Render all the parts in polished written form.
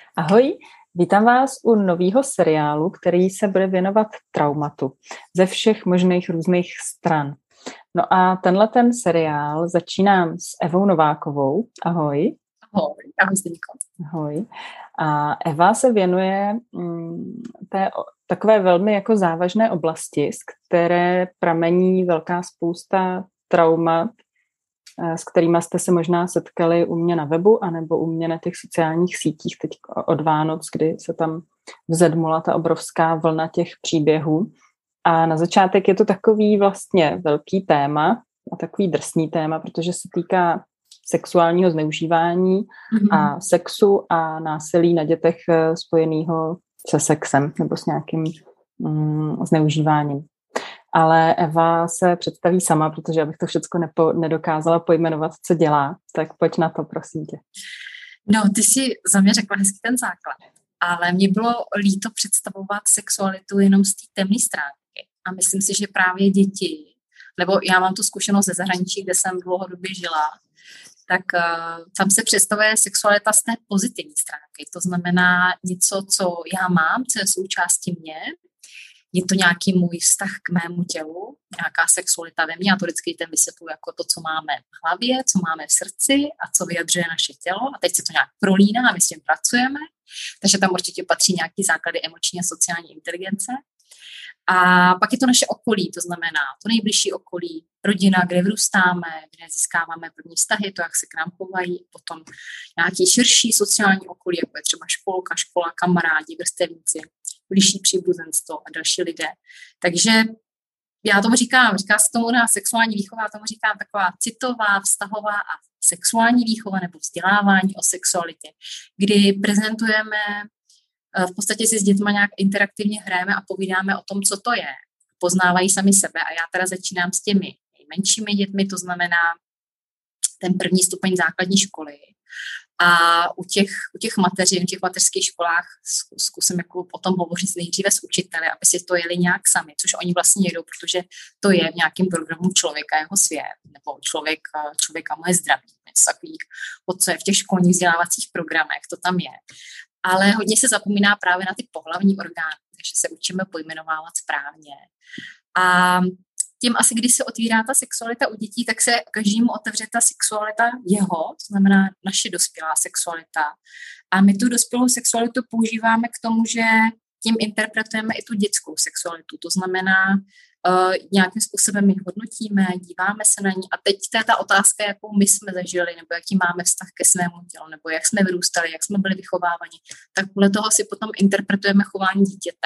Ahoj, vítám vás u nového seriálu, který se bude věnovat traumatu ze všech možných různých stran. No a ten seriál začínám s Evou Novákovou. Ahoj. Ahoj, ahoj Zdeňko. Ahoj. A Eva se věnuje té takové velmi jako závažné oblasti, z které pramení velká spousta traumat, s kterými jste se možná setkali u mě na webu anebo u mě na těch sociálních sítích teď od Vánoc, kdy se tam vzedmula ta obrovská vlna těch příběhů. A na začátek je to takový vlastně velký téma a takový drsný téma, protože se týká sexuálního zneužívání a sexu a násilí na dětech spojeného se sexem nebo s nějakým zneužíváním. Ale Eva se představí sama, protože abych to všechno nedokázala pojmenovat, co dělá. Tak pojď na to, prosím tě. No, ty jsi za mě řekla hezky ten základ, ale mě bylo líto představovat sexualitu jenom z té temné stránky. A myslím si, že právě děti, nebo já mám tu zkušenost ze zahraničí, kde jsem dlouhodobě žila, tak tam se představuje sexualita z té pozitivní stránky. To znamená něco, co já mám, co je součástí mě. Je to nějaký můj vztah k mému tělu, nějaká sexualita ve mně. Já to vždycky ten vysvětluji jako to, co máme v hlavě, co máme v srdci a co vyjadřuje naše tělo. A teď se to nějak prolíná a my s tím pracujeme. Takže tam určitě patří nějaký základy emoční a sociální inteligence. A pak je to naše okolí, to znamená to nejbližší okolí, rodina, kde vyrůstáme, kde získáváme první vztahy, to, jak se k nám chovají, potom nějaký širší sociální okolí, jako je třeba školka, škola, kamarádi, vrstevníci, blížší příbuzenstvo a další lidé. Takže já tomu říká se tomu na sexuální výchova, já tomu říkám taková citová, vztahová a sexuální výchova nebo vzdělávání o sexualitě, kdy prezentujeme, v podstatě si s dětma nějak interaktivně hrajeme a povídáme o tom, co to je. Poznávají sami sebe a já teda začínám s těmi nejmenšími dětmi, to znamená ten první stupeň základní školy. A u těch mateřin, v těch mateřských školách zkusím jako o tom hovořit nejdříve s učiteli, aby si to jeli nějak sami, což oni vlastně jedou, protože to je v nějakém programu člověka, jeho svět, nebo člověka moje zdraví, něco takových, co je v těch školních vzdělávacích programech, to tam je. Ale hodně se zapomíná právě na ty pohlavní orgány, takže se učíme pojmenovávat správně. A tím asi, když se otvírá ta sexualita u dětí, tak se každému otevře ta sexualita jeho, to znamená naše dospělá sexualita. A my tu dospělou sexualitu používáme k tomu, že tím interpretujeme i tu dětskou sexualitu. To znamená, nějakým způsobem ji hodnotíme, díváme se na ní. A teď to je ta otázka, jakou my jsme zažili, nebo jaký máme vztah ke svému tělu, nebo jak jsme vyrůstali, jak jsme byli vychováváni. Tak podle toho si potom interpretujeme chování dítěte.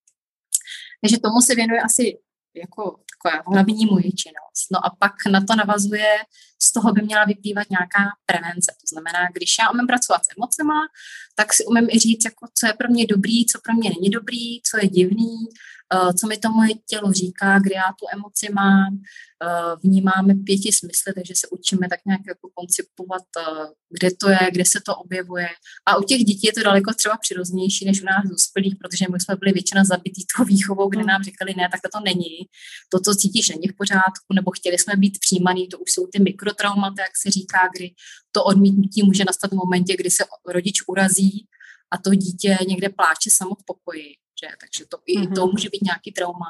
Takže tomu se věnuje asi jako taková hlavní moje činnost. No a pak na to navazuje, z toho by měla vyplývat nějaká prevence. To znamená, když já umím pracovat s emocema, tak si umím i říct, jako, co je pro mě dobrý, co pro mě není dobrý, co je divný, co mi to moje tělo říká, kde já tu emoci mám. Vnímáme 5 smysly, takže se učíme tak nějak jako koncipovat, kde to je, kde se to objevuje. A u těch dětí je to daleko třeba přirozenější než u nás dospělých, protože my jsme byli většina zabitý tou výchovou, kde nám říkali, ne, tak to není. To, co cítíš, není v pořádku, nebo chtěli jsme být přijímaný, to už jsou ty mikrotraumata, jak se říká, kdy to odmítnutí může nastat v momentě, kdy se rodič urazí a to dítě někde pláče samo v pokoji. Že? Takže to může být nějaký trauma.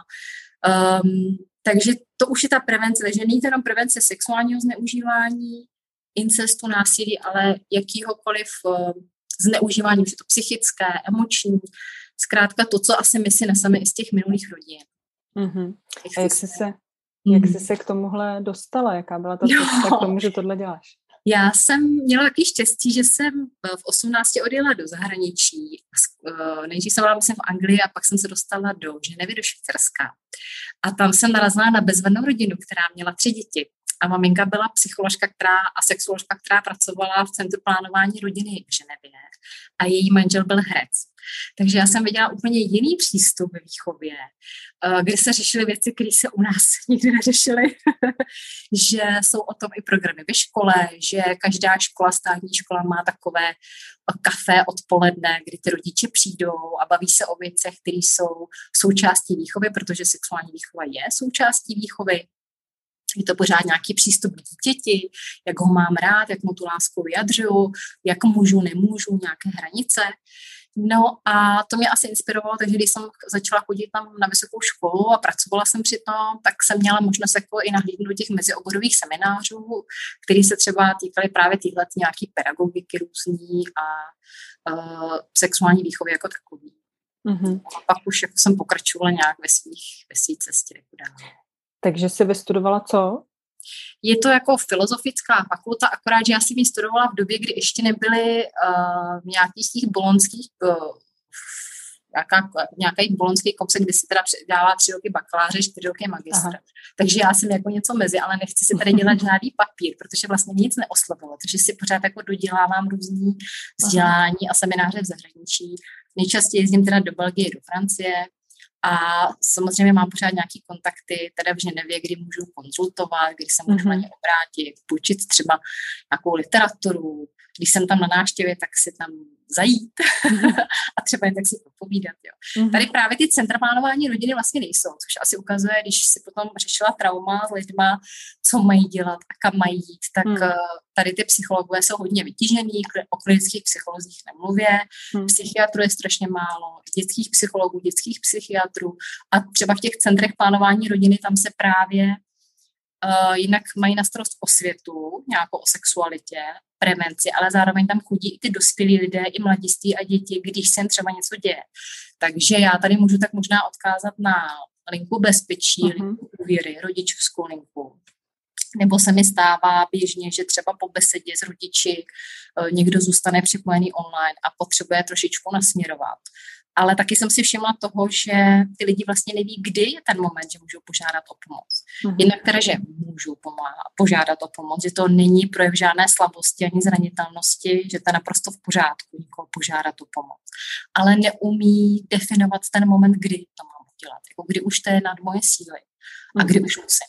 Takže to už je ta prevence, takže není to jenom prevence sexuálního zneužívání, incestu, násilí, ale jakýhokoliv zneužívání, už je to psychické, emoční, zkrátka to, co asi my si neseme i z těch minulých rodin. A jak jsi se k tomuhle dostala? Jaká byla ta cesta k tomu, že tohle děláš? Já jsem měla takový štěstí, že jsem v 18 odjela do zahraničí. Nejdřív jsem byla v Anglii a pak jsem se dostala do Ženevy, do Švýcarska. A tam jsem narazila na bezvadnou rodinu, která měla 3 děti. A maminka byla psycholožka a sexuoložka, která pracovala v Centru plánování rodiny v Ženevě. A její manžel byl herec. Takže já jsem viděla úplně jiný přístup ve výchově, kde se řešily věci, které se u nás nikdy neřešily, že jsou o tom i programy ve škole, že každá škola, státní škola má takové kafe odpoledne, kdy ty rodiče přijdou a baví se o věcech, které jsou součástí výchovy, protože sexuální výchova je součástí výchovy. Je to pořád nějaký přístup k dítěti, jak ho mám rád, jak mu tu lásku vyjadřuju, jak můžu, nemůžu, nějaké hranice. No a to mě asi inspirovalo, takže když jsem začala chodit tam na vysokou školu a pracovala jsem při tom, tak jsem měla možnost jako i nahlídnout do těch mezioborových seminářů, které se třeba týkaly právě tyhle nějaký pedagogiky různý a sexuální výchovy jako takový. Mm-hmm. A pak už jako jsem pokračovala nějak ve svých cestě. Jako dál. Takže jsi vystudovala co? Je to jako filozofická fakulta, akorát, že já jsem ji studovala v době, kdy ještě nebyly nějakých těch bolonských, nějaký bolonský kousek, kdy si teda dává 3 roky bakaláře, 4 roky magistra. Aha. Takže já jsem jako něco mezi, ale nechci si tady dělat žádný papír, protože vlastně nic neoslovilo, takže si pořád jako dodělávám různý vzdělání a semináře v zahraničí. Nejčastěji jezdím teda do Belgie, do Francie, a samozřejmě mám pořád nějaký kontakty teda v Ženevě, kdy můžu konzultovat, kdy se můžu na ně obrátit, půjčit třeba nějakou literaturu. Když jsem tam na návštěvě, tak si tam zajít a třeba jen tak si popovídat. Jo. Tady právě ty centra plánování rodiny vlastně nejsou, což asi ukazuje, když si potom řešila trauma s lidma, co mají dělat a kam mají jít, tak tady ty psychologové jsou hodně vytížený, o klinických psycholozích nemluvě, psychiatrů je strašně málo, dětských psychologů, dětských psychiatrů a třeba v těch centrech plánování rodiny tam se právě jinak mají na starost osvětu, nějakou o sexualitě, prevenci, ale zároveň tam chodí i ty dospělí lidé, i mladiství a děti, když se třeba něco děje. Takže já tady můžu tak možná odkázat na linku bezpečí, linku důvěry, rodičovskou linku. Nebo se mi stává běžně, že třeba po besedě s rodiči někdo zůstane připojený online a potřebuje trošičku nasměrovat. Ale taky jsem si všimla toho, že ty lidi vlastně neví, kdy je ten moment, že můžou požádat o pomoc. Jinak teda, že můžou požádat o pomoc, že to není projev žádné slabosti ani zranitelnosti, že to je naprosto v pořádku někoho požádat o pomoc. Ale neumí definovat ten moment, kdy to mám udělat. Jako kdy už to je nad moje síly a kdy už musím.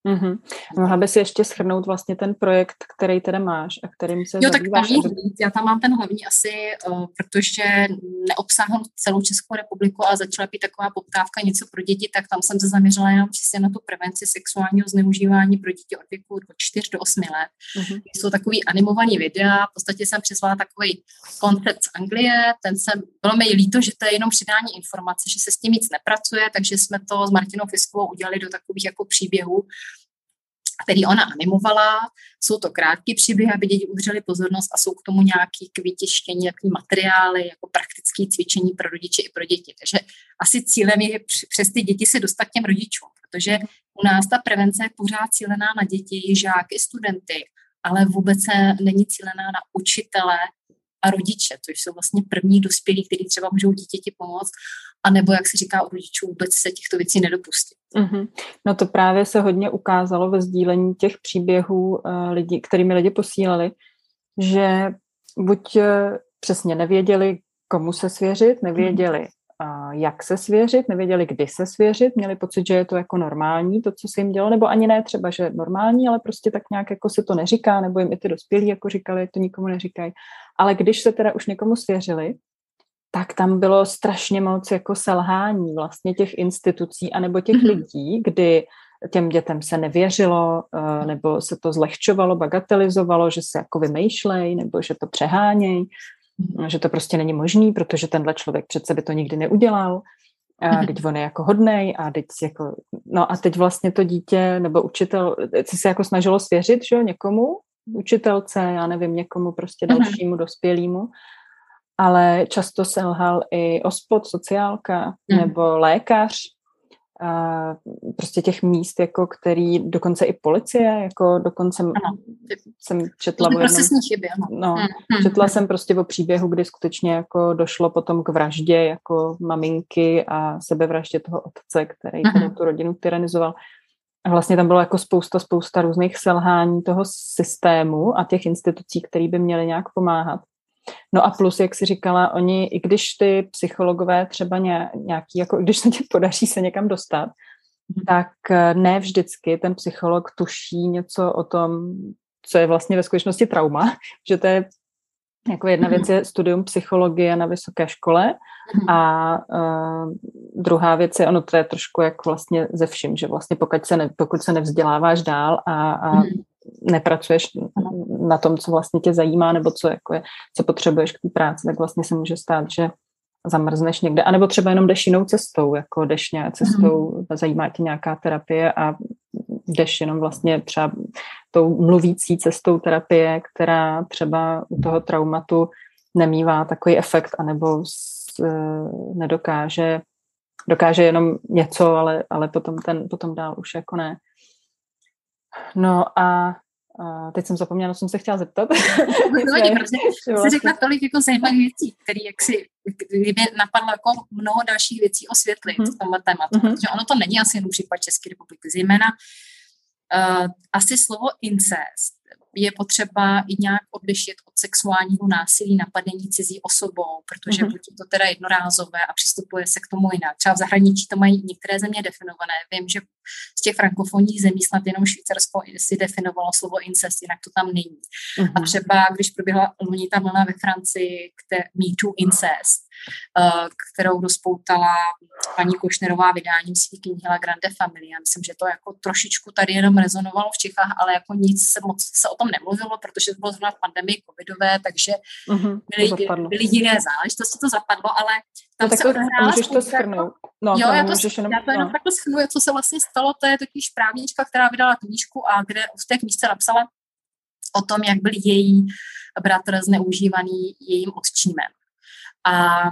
Mohla by si ještě shrnout vlastně ten projekt, který teda máš a kterým se zabýváš? Já tam mám ten hlavní asi, protože neobsáhnu celou Českou republiku a začala být taková poptávka něco pro děti, tak tam jsem se zaměřila jenom čistě na tu prevenci sexuálního zneužívání pro děti od věku od 4 do 8 let. Jsou takový animovaný videa, v podstatě jsem přizvala takový koncept z Anglie, bylo mi líto, že to je jenom přidání informace, že se s tím nic nepracuje, takže jsme to s Martinou Fiskovou udělali do takových jako příběhů, který ona animovala. Jsou to krátké příběhy, aby děti udržely pozornost a jsou k tomu nějaké k vytištění, jaký materiály, jako praktické cvičení pro rodiče i pro děti. Takže asi cílem je přes ty děti se dostat k těm rodičům, protože u nás ta prevence je pořád cílená na děti, žáky, studenty, ale vůbec není cílená na učitele a rodiče, což jsou vlastně první dospělí, kteří třeba můžou dítěti pomoct, anebo, jak se říká u rodičů, vůbec se těchto věcí nedopustit. No to právě se hodně ukázalo ve sdílení těch příběhů lidí, kterými lidi posílali, že buď přesně nevěděli, komu se svěřit, nevěděli, jak se svěřit, nevěděli, kdy se svěřit, měli pocit, že je to jako normální, to, co se jim dělo, nebo ani ne třeba, že je normální, ale prostě tak nějak jako se to neříká, nebo jim i ty dospělí jako říkali, to nikomu neříkají. Ale když se teda už někomu svěřili, tak tam bylo strašně moc jako selhání vlastně těch institucí anebo těch lidí, kdy těm dětem se nevěřilo, nebo se to zlehčovalo, bagatelizovalo, že se jako vymýšlej, nebo že to přeháněj, že to prostě není možný, protože tenhle člověk přece by to nikdy neudělal, teď on je jako hodnej a teď jako, no a teď vlastně to dítě nebo učitel se jako snažilo svěřit, že jo, někomu, učitelce, já nevím, někomu prostě dalšímu dospělému, ale často selhal i OSPOD, sociálka nebo lékař, prostě těch míst, jako který, dokonce i policie, jako dokonce jsem četla o jednom, četla jsem prostě o příběhu, kdy skutečně jako došlo potom k vraždě jako maminky a sebevraždě toho otce, který tu rodinu tyranizoval. A vlastně tam bylo jako spousta různých selhání toho systému a těch institucí, které by měly nějak pomáhat. No a plus, jak jsi říkala, oni, i když ty psychologové třeba nějaký, jako když se ti podaří se někam dostat, tak ne vždycky ten psycholog tuší něco o tom, co je vlastně ve skutečnosti trauma, že to je Jako jedna věc je studium psychologie na vysoké škole a druhá věc je, ono to je trošku jak vlastně ze vším, že vlastně pokud se nevzděláváš dál a nepracuješ na tom, co vlastně tě zajímá, nebo co, jako je, co potřebuješ k té práci, tak vlastně se může stát, že zamrzneš někde, anebo třeba jenom jdeš jinou cestou, jako jdeš nějakou cestou, zajímá tě nějaká terapie a jdeš jenom vlastně třeba tou mluvící cestou terapie, která třeba u toho traumatu nemívá takový efekt, anebo dokáže jenom něco, ale potom dál už jako ne. No a teď jsem zapomněla, co jsem se chtěla zeptat. Protože jsi řekla tolik jako zajímavých věcí, které kdyby napadlo jako mnoho dalších věcí osvětlit v tomhle tématu, protože ono to není asi jen případ České republiky, zejména asi slovo incest je potřeba i nějak odlišit od sexuálního násilí, napadení cizí osobou, protože buď je to teda jednorázové a přistupuje se k tomu jinak. Třeba v zahraničí to mají některé země definované. Vím, že z těch frankofonních zemí snad jenom Švýcarsko si definovalo slovo incest, jinak to tam není. A třeba, když proběhla loni ta vlna ve Francii, Me Too Incest, kterou rozpoutala paní Košnerová vydáním své knihy La Grande Famille. Já myslím, že to jako trošičku tady jenom rezonovalo v Čechách, ale jako nic se o tom nemluvilo, protože to bylo zrovna v pandemii covidové, takže byly jiné záležitosti, to zapadlo, ale tam no, se odehrála můžeš to shrnout. No, jo, já to jenom takhle shrnuju, co se vlastně stalo, to je totiž právnička, která vydala knížku a kde v té knížce napsala o tom, jak byl její bratr zneužívaný jejím otčímem. A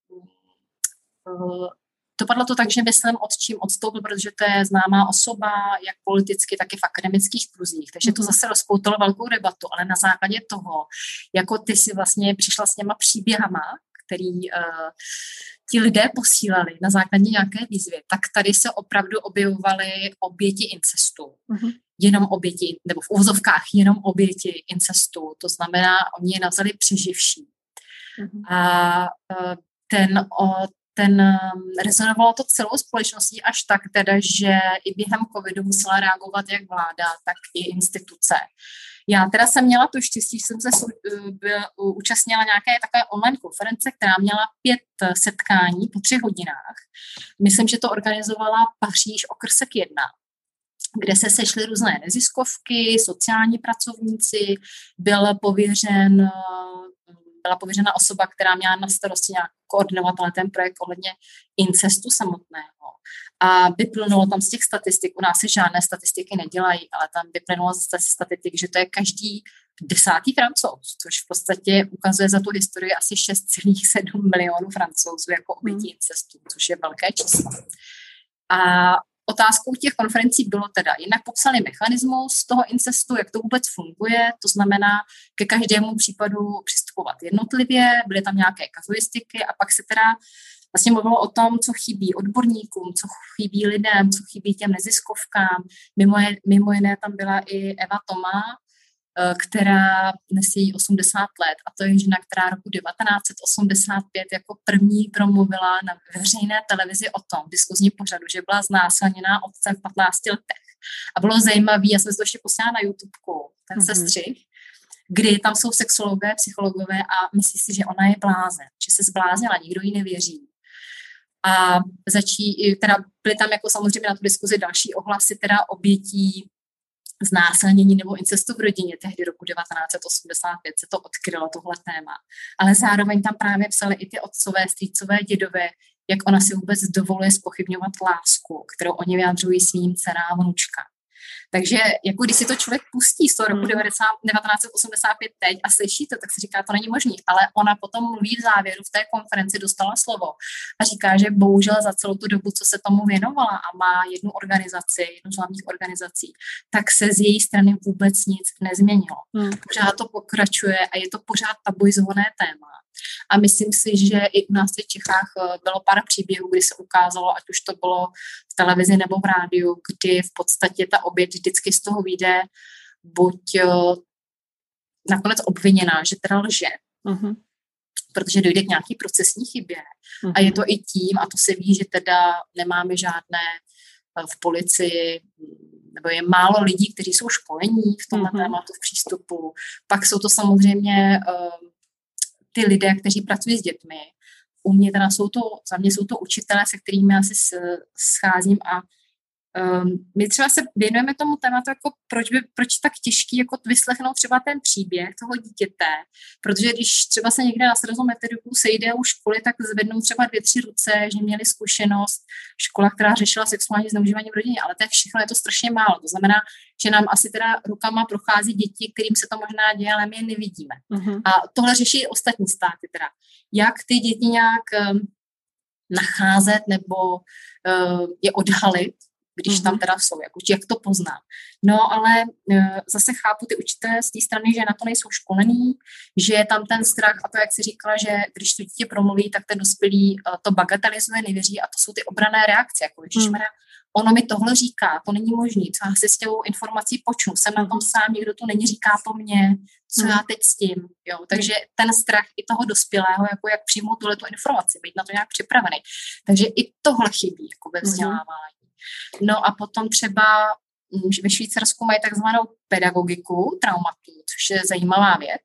dopadlo to tak, že myslím otčím odstoupil, protože to je známá osoba, jak politicky, tak i v akademických kruzích. Takže to zase rozpoutalo velkou debatu, ale na základě toho, jako ty si vlastně přišla s těma příběhama, který ti lidé posílali na základě nějaké výzvy, tak tady se opravdu objevovaly oběti incestu. Jenom oběti, nebo v uvozovkách jenom oběti incestu. To znamená, oni je nazvali přeživší. A ten rezonovalo to celou společností až tak teda, že i během covidu musela reagovat jak vláda, tak i instituce. Já teda jsem měla to štěstí, že jsem se účastnila nějaké takové online konference, která měla 5 setkání po 3 hodinách. Myslím, že to organizovala Paříž okrsek 1, kde se sešly různé neziskovky, sociální pracovníci, byla pověřena osoba, která měla na starosti nějak koordinovat ten projekt ohledně incestu samotného. A vyplynulo tam z těch statistik, u nás se žádné statistiky nedělají, ale tam vyplynulo z statistik, že to je každý 10. Francouz, což v podstatě ukazuje za tu historii asi 6,7 milionů Francouzů jako obětí incestu, což je velké číslo. A otázkou těch konferencí bylo teda, jinak popsali mechanismus toho incestu, jak to vůbec funguje, to znamená ke každému případu přistupovat jednotlivě, byly tam nějaké kazuistiky a pak se teda vlastně mluvilo o tom, co chybí odborníkům, co chybí lidem, co chybí těm neziskovkám. Mimo jiné tam byla i Eva Tomá, která dnes je 80 let a to je žena, která roku 1985 jako první promluvila na veřejné televizi o tom, v diskuzní pořadu, že byla znásilněná otcem v 15 letech. A bylo zajímavé, já jsem si to ještě posílala na YouTubeku, ten sestřih, kdy tam jsou sexologové, psychologové a myslí si, že ona je blázen, že se zbláznila, nikdo jí nevěří. A teda byly tam jako samozřejmě na tu diskuzi další ohlasy teda obětí znásilnění nebo incestu v rodině tehdy roku 1985 se to odkrylo, tohle téma. Ale zároveň tam právě psali i ty otcové, strýcové, dědové, jak ona si vůbec dovoluje zpochybňovat lásku, kterou oni vyjadřují svým dcerám a vnučkám. Takže jako když si to člověk pustí z toho roku 1985 teď a slyší to, tak si říká, to není možný. Ale ona potom mluví v závěru v té konferenci, dostala slovo a říká, že bohužel za celou tu dobu, co se tomu věnovala a má jednu z hlavních organizací, tak se z její strany vůbec nic nezměnilo. Pořád to pokračuje a je to pořád tabuizované téma. A myslím si, že i u nás v Čechách bylo pár příběhů, kdy se ukázalo, ať už to bylo v televizi nebo v rádiu, kdy v podstatě ta oběť vždycky z toho vyjde buď nakonec obviněná, že teda lže, protože dojde k nějaký procesní chybě. A je to i tím, a to se ví, že teda nemáme žádné v policii, nebo je málo lidí, kteří jsou školení v tomhle tématu v přístupu. Pak jsou to samozřejmě ty lidé, kteří pracují s dětmi. Za mě jsou to učitelé, se kterými asi scházím a my třeba se věnujeme tomu tématu, jako proč tak těžký jako vyslechnout třeba ten příběh toho dítěte, protože když třeba se někde na srazu metodiku sejde u školy, tak zvednou třeba 2-3 ruce, že měli zkušenost škola, která řešila sexuální zneužívání v rodině, ale to je všechno, je to strašně málo. To znamená, že nám asi teda rukama prochází děti, kterým se to možná děje, ale my je nevidíme. A tohle řeší i ostatní státy teda. Jak ty děti nějak nacházet nebo je odhalit, když tam teda jsou, jak to poznám. No ale zase chápu ty učitelé z té strany, že na to nejsou školení, že je tam ten strach a to, jak jsi říkala, že když to dítě promluví, tak ten dospělý to bagatelizuje, nevěří a to jsou ty obranné reakce, jako ježišmarja, ono mi tohle říká, to není možný, co já si s těmou informací počnu, jsem na tom sám, někdo to není říká po mně, co já teď s tím, jo, takže ten strach i toho dospělého, jako jak přijmout tuhletu informaci, být na to nějak připravený, takže i tohle chybí, jako ve vzdělávání. No a potom třeba ve Švýcarsku mají takzvanou pedagogiku traumatu, což je zajímavá věc.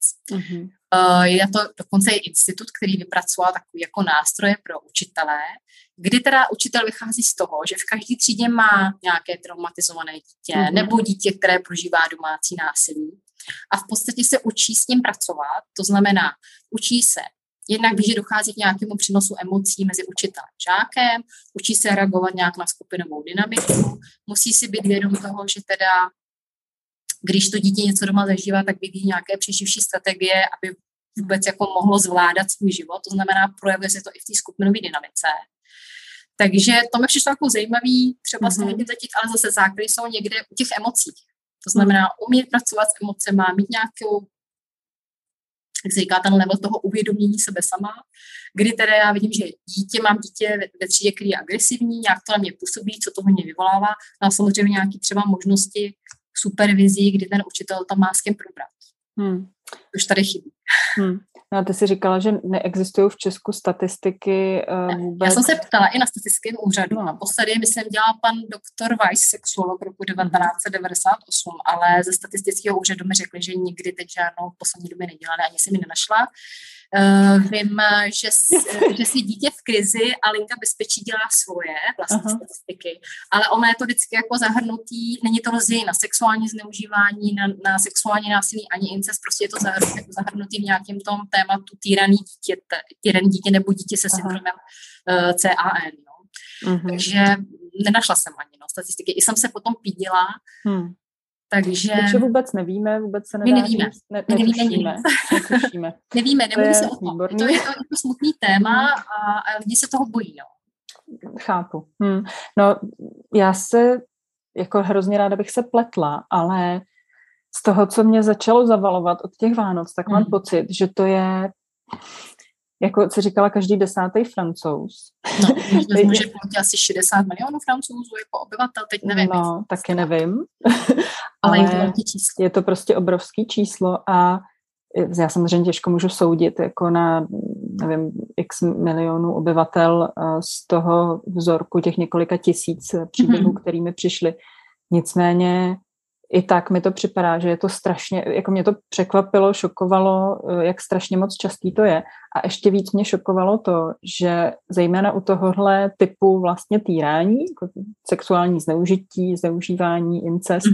Je to dokonce i institut, který vypracoval takový jako nástroje pro učitele, kdy teda učitel vychází z toho, že v každé třídě má nějaké traumatizované dítě nebo dítě, které prožívá domácí násilí a v podstatě se učí s tím pracovat, to znamená, učí se jednak ví, že dochází k nějakému přenosu emocí mezi učitelem a žákem, učí se reagovat nějak na skupinovou dynamiku, musí si být vědom toho, že teda, když to dítě něco doma zažívá, tak vyvíjí nějaké přeživší strategie, aby vůbec jako mohlo zvládat svůj život, to znamená, projevuje se to i v té skupinové dynamice. Takže to mi přišlo jako zajímavý, třeba z toho začít, ale zase základy jsou někde u těch emocí. To znamená, umět pracovat s emocemi, mít nějakou, jak se říká, ten level toho uvědomění sebe sama, kdy teda já vidím, že mám dítě ve třídě, který je agresivní, nějak to na mě působí, co to mě vyvolává, a samozřejmě nějaké třeba možnosti supervizí, kdy ten učitel tam má s kým probrat. Už tady chybí. No a ty jsi říkala, že neexistují v Česku statistiky vůbec. Já jsem se ptala i na statistickém úřadu. Naposledy, myslím, dělal pan doktor Weiss, sexuolog roku 1998, ale ze statistického úřadu mi řekli, že nikdy teď žádnou v poslední době nedělali, ani si mi nenašla. Vím, že si dítě v krizi a linka bezpečí dělá svoje vlastní statistiky, ale ono je to vždycky jako zahrnutý, není to rozdělení na sexuální zneužívání, na sexuální násilí ani incest, prostě je to zahrnutý v nějakém tom tématu týraný dítě nebo dítě se syndromem CAN. No. Takže nenašla jsem ani statistiky. I jsem se potom pídila, takže vůbec nevíme, vůbec se nedá netušíme. Nevíme, nemluví se o tom. To je to smutný téma a lidi se toho bojí. No. Chápu. No, já se jako hrozně ráda bych se pletla, ale z toho, co mě začalo zavalovat od těch Vánoc, tak mám pocit, že to je, jako se říkala, každý 10. Francouz. No, může být asi 60 milionů Francouzů jako obyvatel, teď nevím. No, taky nevím. Ale je to prostě obrovský číslo a já samozřejmě těžko můžu soudit jako na, nevím, x milionů obyvatel z toho vzorku těch několika tisíc příběhů, kterými přišli. Nicméně i tak mi to připadá, že je to strašně, jako mě to překvapilo, šokovalo, jak strašně moc častý to je. A ještě víc mě šokovalo to, že zejména u tohohle typu vlastně týrání, jako sexuální zneužívání, incest,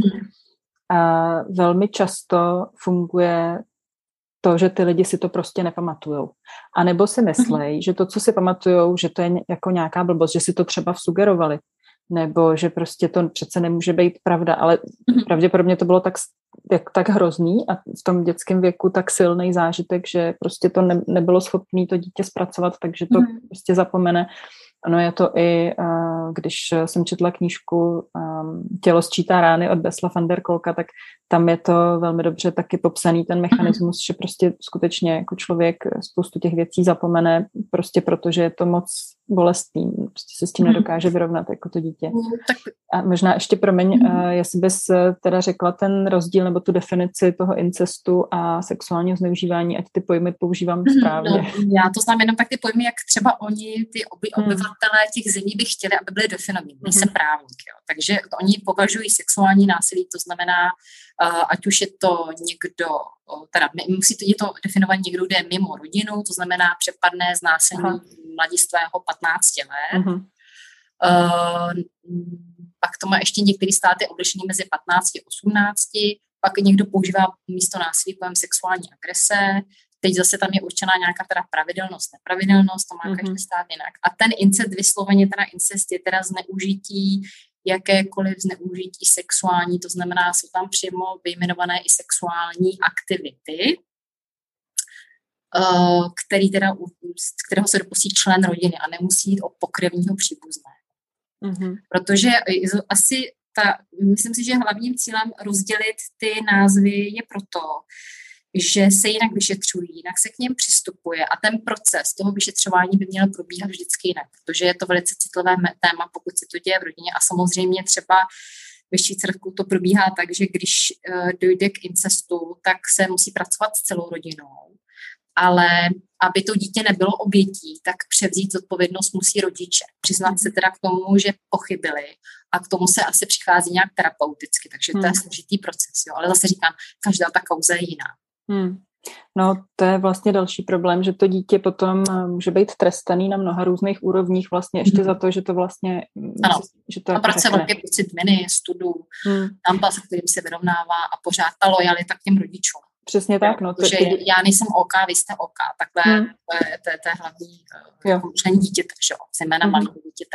a velmi často funguje to, že ty lidi si to prostě nepamatujou. A nebo si myslejí, že to, co si pamatujou, že to je jako nějaká blbost, že si to třeba vsugerovali, nebo že prostě to přece nemůže být pravda, ale pravděpodobně to bylo tak hrozný a v tom dětském věku tak silný zážitek, že prostě to nebylo schopné to dítě zpracovat, takže to prostě zapomene. Ano, je to i, když jsem četla knížku Tělo sčítá rány od Bessla van der Kolka, tak tam je to velmi dobře taky popsaný ten mechanismus, že prostě skutečně jako člověk spoustu těch věcí zapomene, prostě protože je to moc bolestný, prostě se s tím nedokáže vyrovnat jako to dítě. A možná ještě promiň, jestli bys teda řekla ten rozdíl nebo tu definici toho incestu a sexuálního zneužívání, ať ty pojmy používám správně. No, já to znám jenom tak ty pojmy, jak třeba oni, ty obyvatelé těch zemí by chtěli, aby byly definovaní. Nejsem právník, jo. Takže oni považují sexuální násilí, to znamená, ať už je to někdo, teda musí to definovat někdo, kdo je mimo rodinu, to znamená přepadné znásilnění mladistvého 15 let. Pak to má ještě některé státy odlišení mezi 15 a 18, pak někdo používá místo násilí pojem sexuální agrese, teď zase tam je určená nějaká teda pravidelnost, nepravidelnost, to má každý stát jinak. A ten incest vysloveně, teda incest je teda zneužití, jakékoliv zneužití sexuální, to znamená, jsou tam přímo vyjmenované i sexuální aktivity, z kterého se dopustí člen rodiny a nemusí jít o pokrevního příbuzného. Protože myslím si, že hlavním cílem rozdělit ty názvy je proto, že se jinak vyšetřují, jinak se k něm přistupuje a ten proces toho vyšetřování by měl probíhat vždycky jinak, protože je to velice citlivé téma, pokud se to děje v rodině a samozřejmě třeba ve Švýcarsku to probíhá tak, že když dojde k incestu, tak se musí pracovat s celou rodinou, ale aby to dítě nebylo obětí, tak převzít zodpovědnost musí rodiče. Přiznat se teda k tomu, že pochybili a k tomu se asi přichází nějak terapeuticky, takže to je složitý proces, jo. Ale zase říkám, každá ta kauza je jiná. No, to je vlastně další problém, že to dítě potom může být trestaný na mnoha různých úrovních vlastně ještě za to, že to vlastně... Ano, že to a pracuje velký pocit viny, studu, tampa, se kterým se vyrovnává a pořád ta lojalita k těm rodičům. Přesně tak, no. Protože já nejsem OK, vy jste OK, takhle to je hlavní myšlení dítěte, že jo, zejména malého dítěte.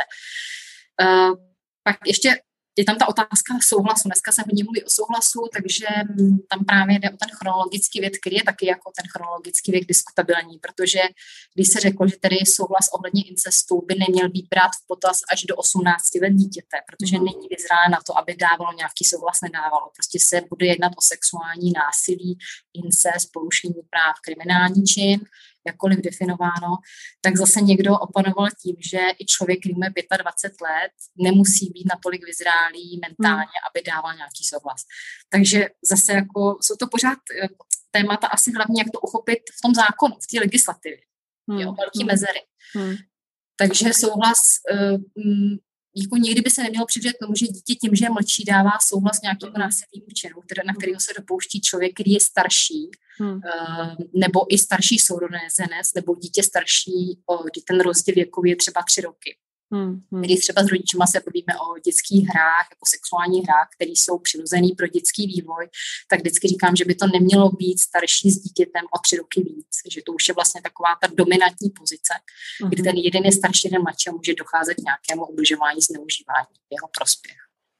Pak ještě je tam ta otázka souhlasu. Dneska se hodně mluví o souhlasu, takže tam právě jde o ten chronologický věk, který je taky jako ten chronologický věk diskutabilní, protože když se řeklo, že tedy souhlas ohledně incestu by neměl být brát v potaz až do 18 let dítěte, protože není vyzrálé na to, aby dávalo nějaký souhlas, nedávalo. Prostě se bude jednat o sexuální násilí, incest, porušení práv, kriminální čin, jakkoliv definováno, tak zase někdo oponoval tím, že i člověk, který má 25 let, nemusí být natolik vyzrálý mentálně, aby dával nějaký souhlas. Takže zase jako jsou to pořád témata asi hlavně, jak to uchopit v tom zákonu, v té legislativě. Jo, velký mezery. Takže souhlas jako nikdy by se nemělo přivřít tomu, že dítě tím, že je mladší, dává souhlas nějakému násilnému činu, na kterého se dopouští člověk, který je starší, nebo i starší sourozenec, nebo dítě starší, ten rozdíl věkový je třeba 3 roky. Když třeba s rodičima se bavíme o dětských hrách, jako sexuálních hrách, které jsou přirozený pro dětský vývoj, tak vždycky říkám, že by to nemělo být starší s dítětem o 3 roky víc, že to už je vlastně taková ta dominantní pozice, kdy ten jeden je starší, jeden mladší a může docházet k nějakému ubližování, zneužívání v jeho prospěch.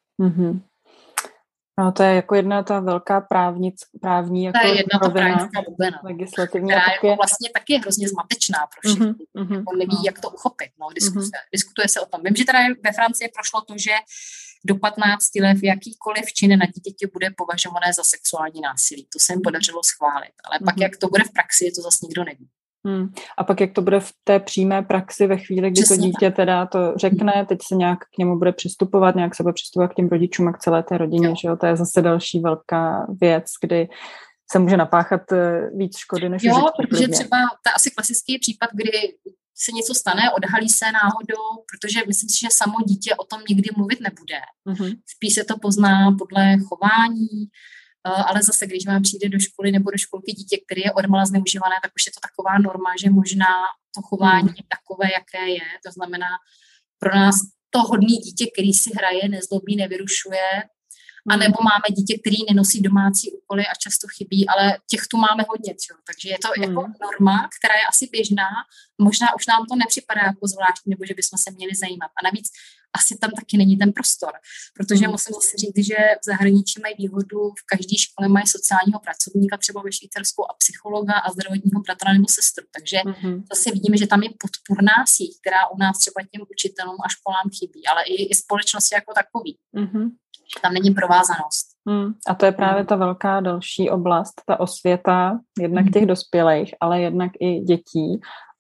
No, to je jako jedna ta velká právní jako to je jedna ta právnická bublina, legislativní, která jako vlastně taky je hrozně zmatečná pro všechny. On neví, jak to uchopit. No, diskutuje se o tom. Vím, že teda ve Francii prošlo to, že do 15 let jakýkoliv čin na dítěti bude považované za sexuální násilí. To se jim podařilo schválit. Ale pak, jak to bude v praxi, to zase nikdo neví. A pak jak to bude v té přímé praxi ve chvíli, kdy to dítě teda to řekne, teď se nějak k němu bude přistupovat, nějak se bude přistupovat k těm rodičům a k celé té rodině, že jo, to je zase další velká věc, kdy se může napáchat víc škody než užití. Jo, protože třeba to je asi klasický případ, kdy se něco stane, odhalí se náhodou, protože myslím si, že samo dítě o tom nikdy mluvit nebude. Spíš se to pozná podle chování, ale zase, když vám přijde do školy nebo do školky dítě, které je odmala zneužívané, tak už je to taková norma, že možná to chování je takové, jaké je. To znamená, pro nás to hodný dítě, který si hraje, nezlobí, nevyrušuje, anebo máme dítě, který nenosí domácí úkoly a často chybí, ale těch tu máme hodně. Čo? Takže je to jako norma, která je asi běžná, možná už nám to nepřipadá jako zvláštní, nebo že bychom se měli zajímat. A navíc asi tam taky není ten prostor, protože musím zase říct, že v zahraničí mají výhodu, v každé škole mají sociálního pracovníka, třeba ve Švýcarsku, a psychologa a zdravotního bratra nebo sestru. Takže zase vidíme, že tam je podpůrná síť, která u nás třeba těm učitelům a školám chybí, ale i společnosti jako takový. Tam není provázanost. A to je právě ta velká další oblast, ta osvěta, jednak těch dospělých, ale jednak i dětí,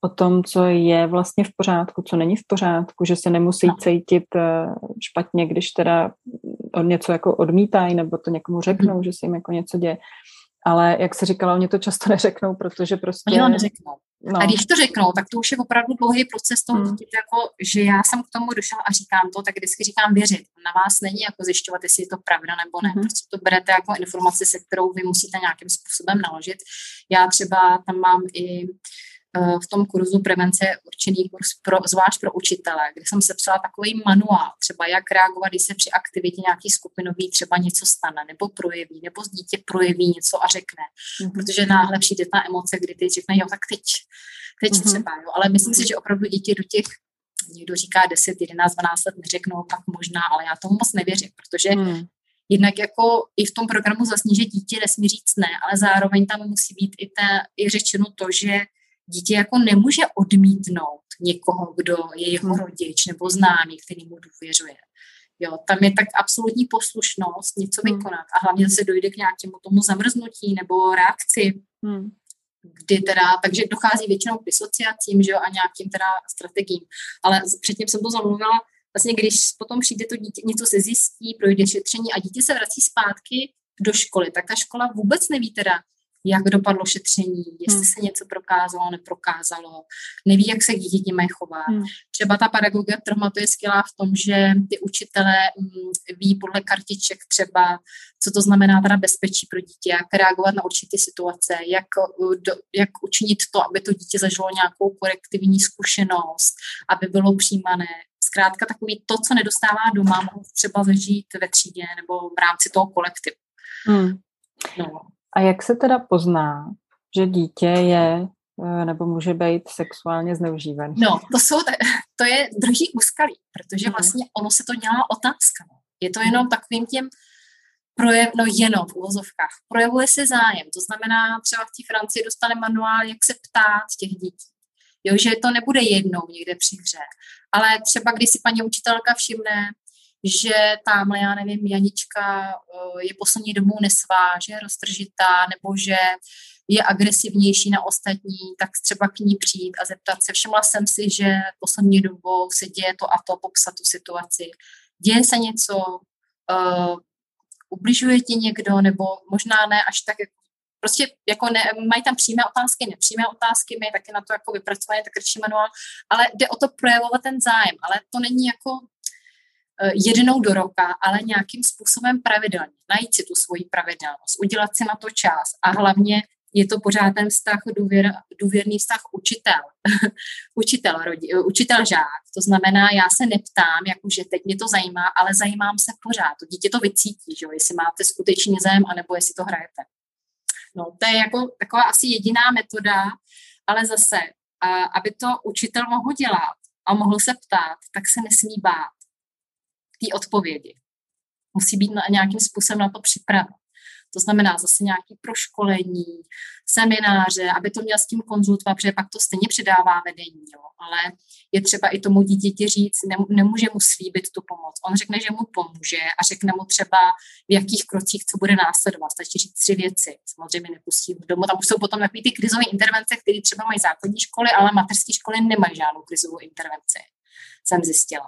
o tom, co je vlastně v pořádku, co není v pořádku, že se nemusí cítit špatně, když teda něco jako odmítají, nebo to někomu řeknou, že se jim jako něco děje. Ale jak se říkala, oni to často neřeknou, protože prostě... Oni to neřeknou. No. A když to řeknou, tak to už je opravdu dlouhý proces toho dítěte, jako, že já jsem k tomu došla a říkám to, tak vždycky říkám věřit. Na vás není jako zjišťovat, jestli je to pravda nebo ne. Prostě to berete jako informaci, se kterou vy musíte nějakým způsobem naložit. Já třeba tam mám i v tom kurzu prevence určený kurz zvlášť pro učitele, kde jsem sepsala takový manuál, třeba jak reagovat, když se při aktivitě nějaký skupinový třeba něco stane, nebo projeví, nebo dítě projeví něco a řekne. Protože náhle přijde ta emoce, kdy ty řekne, jo, tak teď třeba, jo. Ale myslím si, že opravdu děti do těch, někdo říká 10, 11, 12 let neřeknou, tak možná, ale já tomu moc nevěřím, protože jednak jako i v tom programu zasní, že dítě nesmí říct ne, ale zároveň tam musí být i řečeno to, že dítě jako nemůže odmítnout někoho, kdo je jeho rodič nebo známý, který mu důvěřuje. Jo, tam je tak absolutní poslušnost něco vykonat a hlavně se dojde k nějakému tomu zamrznutí nebo reakci, kdy teda, takže dochází většinou k disociacím, že jo, a nějakým teda strategiím. Ale předtím jsem to zamluvila, vlastně když potom přijde to dítě, něco se zjistí, projde šetření a dítě se vrací zpátky do školy, tak ta škola vůbec neví teda, jak dopadlo šetření, jestli se něco prokázalo, neprokázalo, neví, jak se k dítěti mají chovat. Třeba ta pedagogie traumatu je skvělá v tom, že ty učitelé ví podle kartiček třeba, co to znamená teda bezpečí pro dítě, jak reagovat na určité situace, jak učinit to, aby to dítě zažilo nějakou korektivní zkušenost, aby bylo přijímané. Zkrátka takový to, co nedostává doma, mohou třeba zažít ve třídě nebo v rámci toho kolektivu. No. A jak se teda pozná, že dítě je nebo může být sexuálně zneužívaný? No, to je druhý úskalí, protože vlastně ono se to dělá otázkami. Je to jenom takovým tím jenom v uvozovkách. Projevuje se zájem. To znamená, třeba v té Francii dostane manuál, jak se ptát těch dětí. Jo, že to nebude jednou někde při hře. Ale třeba když si paní učitelka všimne, že tamhle, já nevím, Janička je poslední dobou nesvá, že je roztržitá, nebo že je agresivnější na ostatní, tak třeba k ní přijít a zeptat se. Všimla jsem si, že poslední dobou se děje to a to, popsat tu situaci. Děje se něco, ubližuje ti někdo, nebo možná ne až tak, prostě jako mají tam přímé otázky, nepřímé otázky, mají taky na to jako vypracovaný takový manuál, ale jde o to projevovat ten zájem, ale to není jako jednou do roka, ale nějakým způsobem pravidelně. Najít si tu svoji pravidelnost, udělat si na to čas a hlavně je to pořád ten vztah, důvěrný vztah učitel žák. To znamená, já se neptám, jakože teď mě to zajímá, ale zajímám se pořád. To dítě to vycítí, že jo, jestli máte skutečný zájem, anebo jestli to hrajete. No, to je jako taková asi jediná metoda, ale zase, aby to učitel mohl dělat a mohl se ptát, tak se nesmí bát té odpovědi. Musí být nějakým způsobem na to připraven. To znamená zase nějaké proškolení, semináře, aby to měl s tím konzultovat, protože pak to stejně předává vedení. Jo. Ale je třeba i tomu dítěti říct, nemůže mu slíbit tu pomoc. On řekne, že mu pomůže a řekne mu třeba, v jakých krocích, co bude následovat. Stačí říct 3 věci. Samozřejmě nepustí domů. Tam už jsou potom takové ty krizové intervence, které třeba mají základní školy, ale mateřské školy nemají žádnou krizovou intervenci. Jsem zjistila.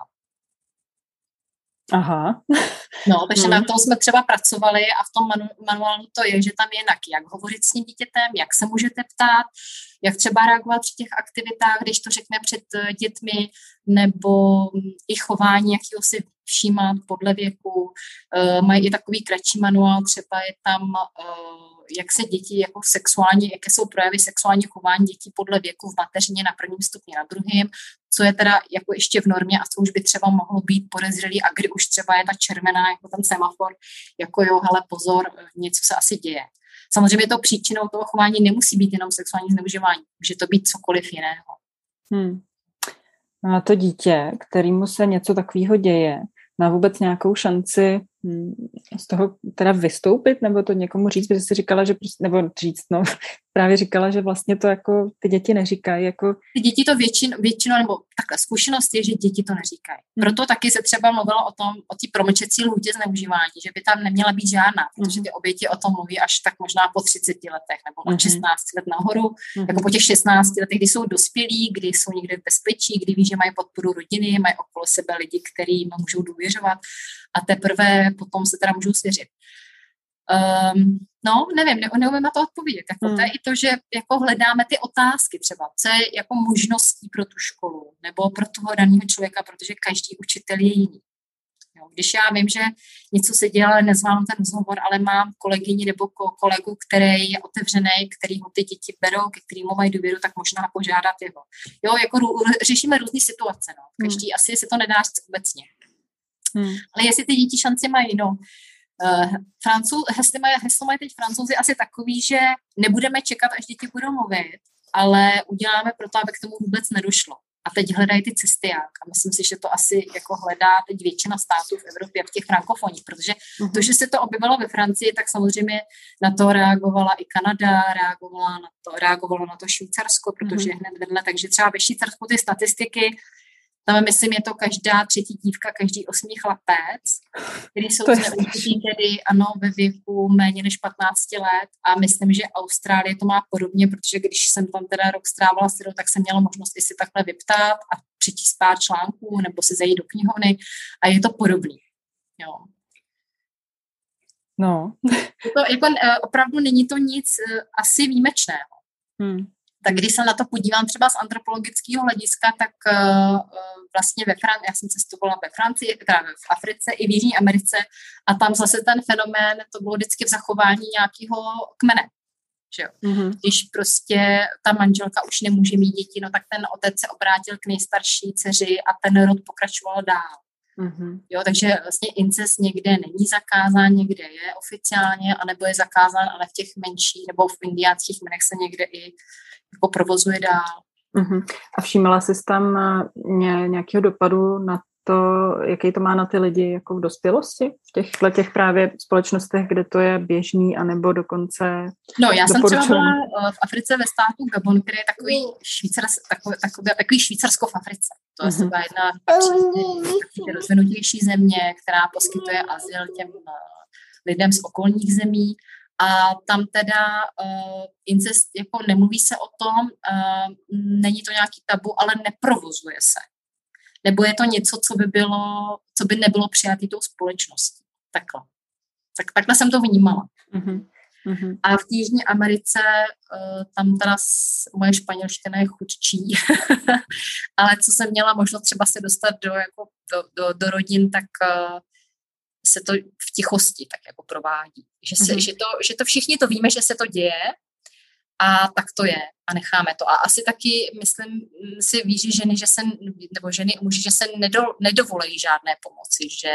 Aha. No, takže na tom jsme třeba pracovali a v tom manuálu to je, že tam je jak hovořit s tím dítětem, jak se můžete ptát, jak třeba reagovat při těch aktivitách, když to řekne před dětmi, nebo i chování, jakého si všímat podle věku. Mají i takový kratší manuál, třeba je tam, jak se děti jako sexuálně, jaké jsou projevy sexuální chování dětí podle věku v mateřině na prvním stupni, na druhém, co je teda jako ještě v normě a co už by třeba mohlo být podezřelý a kdy už třeba je ta červená, jako ten semafor, jako jo, hele, pozor, něco se asi děje. Samozřejmě to příčinou toho chování nemusí být jenom sexuální zneužívání, může to být cokoliv jiného. A to dítě, kterému se něco takového děje, má vůbec nějakou šanci z toho teda vystoupit, nebo to někomu říct, protože jsi říkala, že prostě, nebo říct, no, právě říkala, že vlastně to jako ty děti neříkají. Jako... Ty děti to většinou, nebo takhle zkušenost je, že děti to neříkají. Proto taky se třeba mluvilo o té promlčecí lhůtě zneužívání, že by tam neměla být žádná, protože ty oběti o tom mluví až tak možná po 30 letech, nebo od 16 let nahoru, jako po těch 16 letech, kdy jsou dospělí, kdy jsou někde v bezpečí, kdy ví, že mají podporu rodiny, mají okolo sebe lidi, kterým můžou důvěřovat a teprve potom se teda můžou svěřit. Nevím, neumím na to odpovědět. Jako to je i to, že jako hledáme ty otázky třeba, co je jako možností pro tu školu nebo pro toho daného člověka, protože každý učitel je jiný. Jo, když já vím, že něco se děje, ale nezvládnu ten rozhovor, ale mám kolegyni nebo kolegu, který je otevřený, který ho ty děti berou, ke kterému mají důvěru, tak možná požádat jeho. Jo, jako řešíme různé situace. No. Každý asi se to nedá říct obecně. Ale jestli ty děti šanci mají, heslo mají teď Francouzi asi takový, že nebudeme čekat, až děti budou mluvit, ale uděláme proto, aby k tomu vůbec nedošlo. A teď hledají ty cesty jak. A myslím si, že to asi jako hledá teď většina států v Evropě, v těch frankofoních, protože to, že se to objevilo ve Francii, tak samozřejmě na to reagovala i Kanada, reagovalo na to Švýcarsko, protože hned vedle, takže třeba ve Švýcarsku ty statistiky, tam myslím, je to každá třetí dívka, každý 8 chlapec, který jsou zneužití tedy ve věku méně než 15 let a myslím, že Austrálie to má podobně, protože když jsem tam teda rok strávila s tak jsem měla možnost i si takhle vyptát a přečíst pár článků nebo si zajít do knihovny a je to podobný. Jo. No. To, jako, opravdu není to nic asi výjimečného. Tak když se na to podívám třeba z antropologického hlediska, tak vlastně já jsem cestovala ve Francii, teda v Africe i v Jižní Americe a tam zase ten fenomén, to bylo vždycky v zachování nějakého kmene. Že jo? Když prostě ta manželka už nemůže mít děti, tak ten otec se obrátil k nejstarší dceři a ten rod pokračoval dál. Jo, takže vlastně incest někde není zakázán, někde je oficiálně, anebo je zakázán, ale v těch menších nebo v indiánských kmenech se někde i jako provozuje dál. A všímala jsi tam nějakého dopadu na to, jaký to má na ty lidi jako v dospělosti? V těch právě společnostech, kde to je běžný, anebo dokonce já jsem třeba byla v Africe ve státu Gabon, který je takový Švýcarsko v Africe. To je třeba jedna rozvinutější země, která poskytuje azyl těm lidem z okolních zemí. A tam teda incest, jako nemluví se o tom, není to nějaký tabu, ale neprovozuje se. Nebo je to něco, co by nebylo přijaté tou společností. Takhle jsem to vnímala. A v Jižní Americe tam teda moje španělština je chudší, ale co jsem měla možnost třeba se dostat do rodin, tak se to v tichosti tak jako provádí. Že to všichni to víme, že se to děje a tak to je a necháme to. A asi taky, myslím si, ví, že ženy muži, že se nedovolejí žádné pomoci, že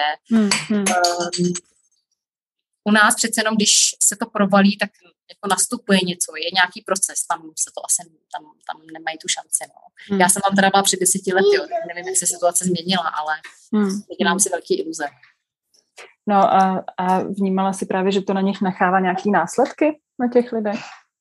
u nás přece jenom, když se to provalí, tak jako nastupuje něco, je nějaký proces, tam se to asi, tam nemají tu šanci. No. Já jsem tam teda byla před 10 lety, nevím, jak se situace změnila, ale dělám si velký iluze. No a vnímala si právě, že to na nich nechává nějaký následky na těch lidech?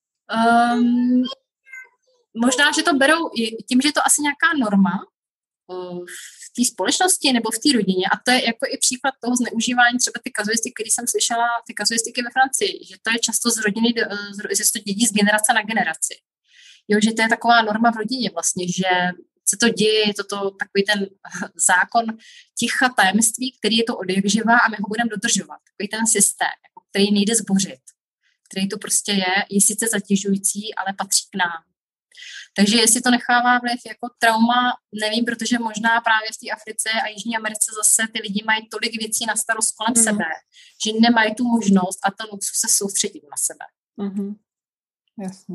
Možná, že to berou tím, že je to asi nějaká norma v té společnosti nebo v té rodině a to je jako i příklad toho zneužívání třeba ty kazuistiky, který jsem slyšela, ty kazuistiky ve Francii, že to je často z rodiny, že se to dědí z generace na generaci. Jo, že to je taková norma v rodině vlastně, že se to děje, je to takový ten zákon ticha tajemství, který je to odjakživa a my ho budeme dodržovat. Takový ten systém, jako který nejde zbořit, který to prostě je sice zatěžující, ale patří k nám. Takže jestli to nechává vliv jako trauma, nevím, protože možná právě v té Africe a Jižní Americe zase ty lidi mají tolik věcí na starost kolem sebe, že nemají tu možnost a ten luxus se soustředit na sebe. Jasně.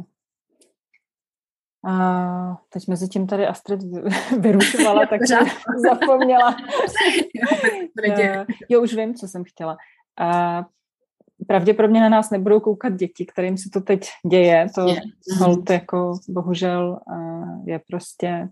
A teď mezi tím tady Astrid vyrušovala, tak jsem zapomněla. Jo, už vím, co jsem chtěla. Pravděpodobně na nás nebudou koukat děti, kterým se to teď děje. To holt jako bohužel je prostě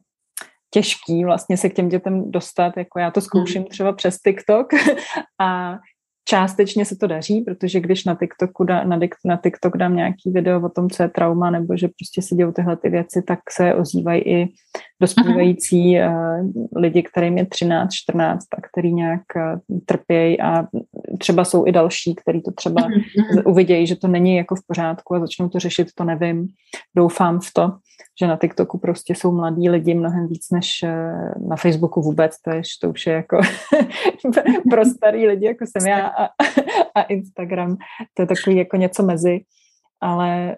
těžký vlastně se k těm dětem dostat. Jako já to zkouším třeba přes TikTok a částečně se to daří, protože když na TikTok dám nějaký video o tom, co je trauma, nebo že prostě se dějou tyhle ty věci, tak se ozývají i dospívající lidi, kterým je 13, 14 a který nějak trpějí a třeba jsou i další, kteří to třeba uvidějí, že to není jako v pořádku a začnou to řešit, to nevím. Doufám v to, že na TikToku prostě jsou mladí lidi mnohem víc než na Facebooku vůbec, to už je jako pro starý lidi, jako jsem já a Instagram, to je takový jako něco mezi, ale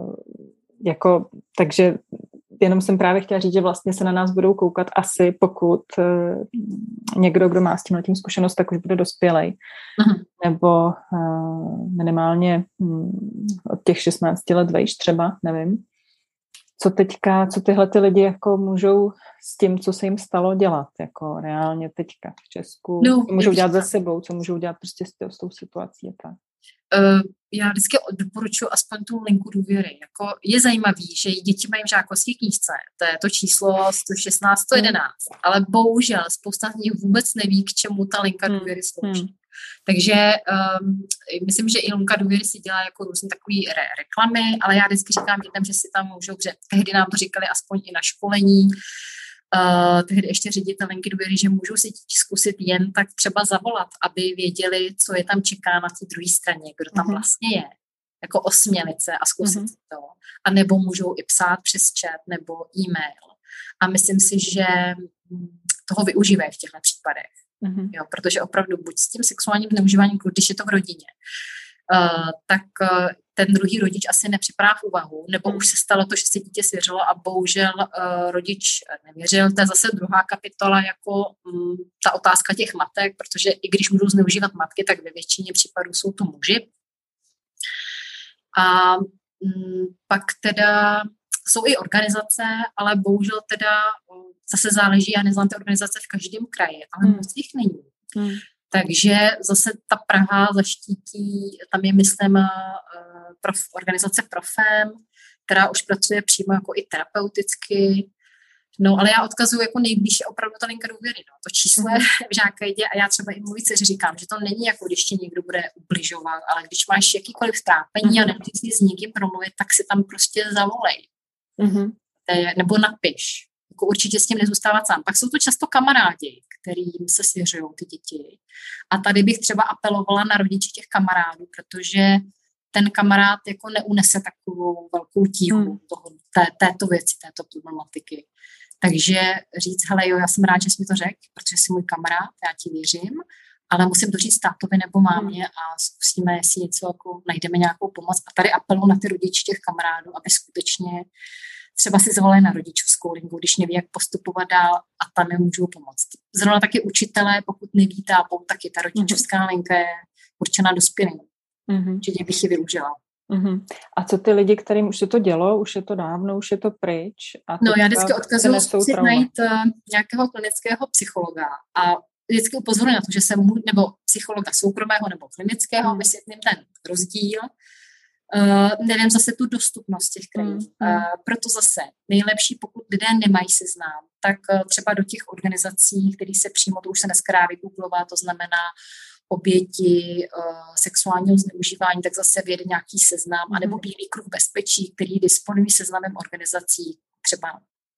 jako, takže jenom jsem právě chtěla říct, že vlastně se na nás budou koukat asi, pokud někdo, kdo má s tímhletím zkušenost, tak už bude dospělej. Nebo minimálně od těch 16 let vejš třeba, nevím. Co tyhle ty lidi jako můžou s tím, co se jim stalo, dělat, jako reálně teďka v Česku, co můžou dělat za sebou, co můžou dělat prostě s tou situací a tak. Já vždycky doporučuji aspoň tu linku důvěry. Jako je zajímavý, že děti mají v žákovské knížce, to je to číslo 116, 111, ale bohužel spousta z nich vůbec neví, k čemu ta linka důvěry slouží. Takže myslím, že i linka důvěry si dělá jako různé takové reklamy, ale já vždycky říkám dětem, že si tam můžou, že tehdy nám to říkali aspoň i na školení, tehdy ještě ředitel linky důvěry, že můžou si zkusit jen tak třeba zavolat, aby věděli, co je tam čeká na té druhé straně, kdo tam vlastně je, jako osmělit se a zkusit to. A nebo můžou i psát přes chat nebo e-mail. A myslím si, že toho využívají v těchto případech. Jo, protože opravdu buď s tím sexuálním zneužíváním, když je to v rodině, tak ten druhý rodič asi nepřipadá v úvahu, nebo už se stalo to, že se dítě svěřilo a bohužel rodič nevěřil. To je zase druhá kapitola, jako ta otázka těch matek, protože i když můžou zneužívat matky, tak ve většině případů jsou to muži. A pak teda jsou i organizace, ale bohužel teda zase záleží, já neznám ty organizace v každém kraji, ale moc jich není. Takže zase ta Praha zaštítí, tam je, myslím, organizace Profem, která už pracuje přímo jako i terapeuticky. No, ale já odkazuju jako nejblíž je opravdu ta linka důvěry. No. To číslo je v Žákajde a já třeba i mluví dceři říkám, že to není jako, když ti někdo bude ubližovat, ale když máš jakýkoliv trápení a nemůžeš s někým promluvit, tak si tam prostě zavolej. Nebo napiš. Jako určitě s tím nezůstávat sám. Pak jsou to často kamarádi, kterým se svěřují ty děti. A tady bych třeba apelovala na rodiče těch kamarádů, protože ten kamarád jako neunese takovou velkou tíhu této věci, této problematiky. Takže říct, hele jo, já jsem rád, že jsi mi to řekl, protože jsi můj kamarád, já ti věřím, ale musím to říct tátovi nebo mámě a zkusíme, jestli něco jako najdeme nějakou pomoc. A tady apeluji na ty rodiče těch kamarádů, aby skutečně třeba si zavolali na rodičovskou linku, když neví, jak postupovat dál a tam je můžou pomoct. Zrovna taky učitelé, pokud neví tápou, tak je ta rodičovská linka je určená dospělým. Určitě bych ji využila. A co ty lidi, kterým už se to dělo, už je to dávno, už je to pryč? A no já vždycky odkazuju si najít nějakého klinického psychologa a vždycky upozorňuji na to, že se nebo psychologa soukromého nebo klinického, vysvětlím ten rozdíl. Nevím zase tu dostupnost těch krajů. Proto zase nejlepší, pokud lidé nemají seznam, tak třeba do těch organizací, které se přímo, to už se dneska dá vygooglovat, to znamená oběti sexuálního zneužívání, tak zase vyjede nějaký seznam, anebo Bílý kruh bezpečí, který disponují seznamem organizací, třeba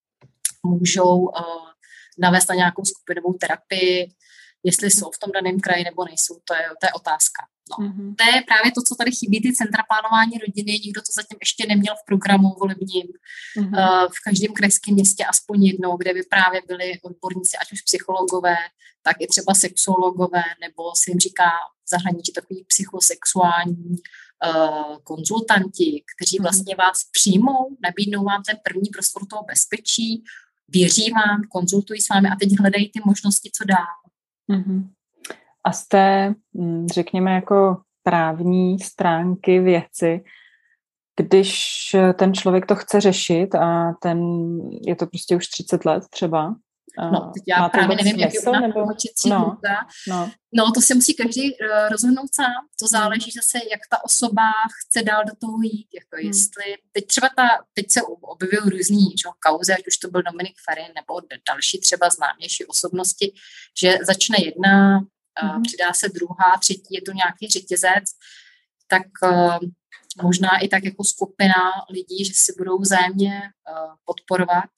můžou navést na nějakou skupinovou terapii, jestli jsou v tom daném kraji nebo nejsou, to je otázka. No. To je právě to, co tady chybí, ty centra plánování rodiny, nikdo to zatím ještě neměl v programu volebním, v každém krajském městě aspoň jednou, kde by právě byli odborníci, ať už psychologové, tak i třeba sexuologové, nebo se jim říká v zahraničí takový psychosexuální konzultanti, kteří vlastně vás přijmou, nabídnou vám ten první prostor toho bezpečí, věří vám, konzultují s vámi a teď hledají ty možnosti, co dál. A z té, řekněme, jako právní stránky věci, když ten člověk to chce řešit a je to prostě už 30 let třeba. No, teď já právě nevím, jak je u nás promlčecí lhůta. No, to se musí každý rozhodnout sám. To záleží zase, jak ta osoba chce dál do toho jít. Jako jestli, teď se objevují různý kauzy, ať už to byl Dominik Ferin nebo další třeba známější osobnosti, že začne jedna přidá se druhá, třetí, je to nějaký řetězec, tak možná i tak jako skupina lidí, že si budou vzájemně podporovat.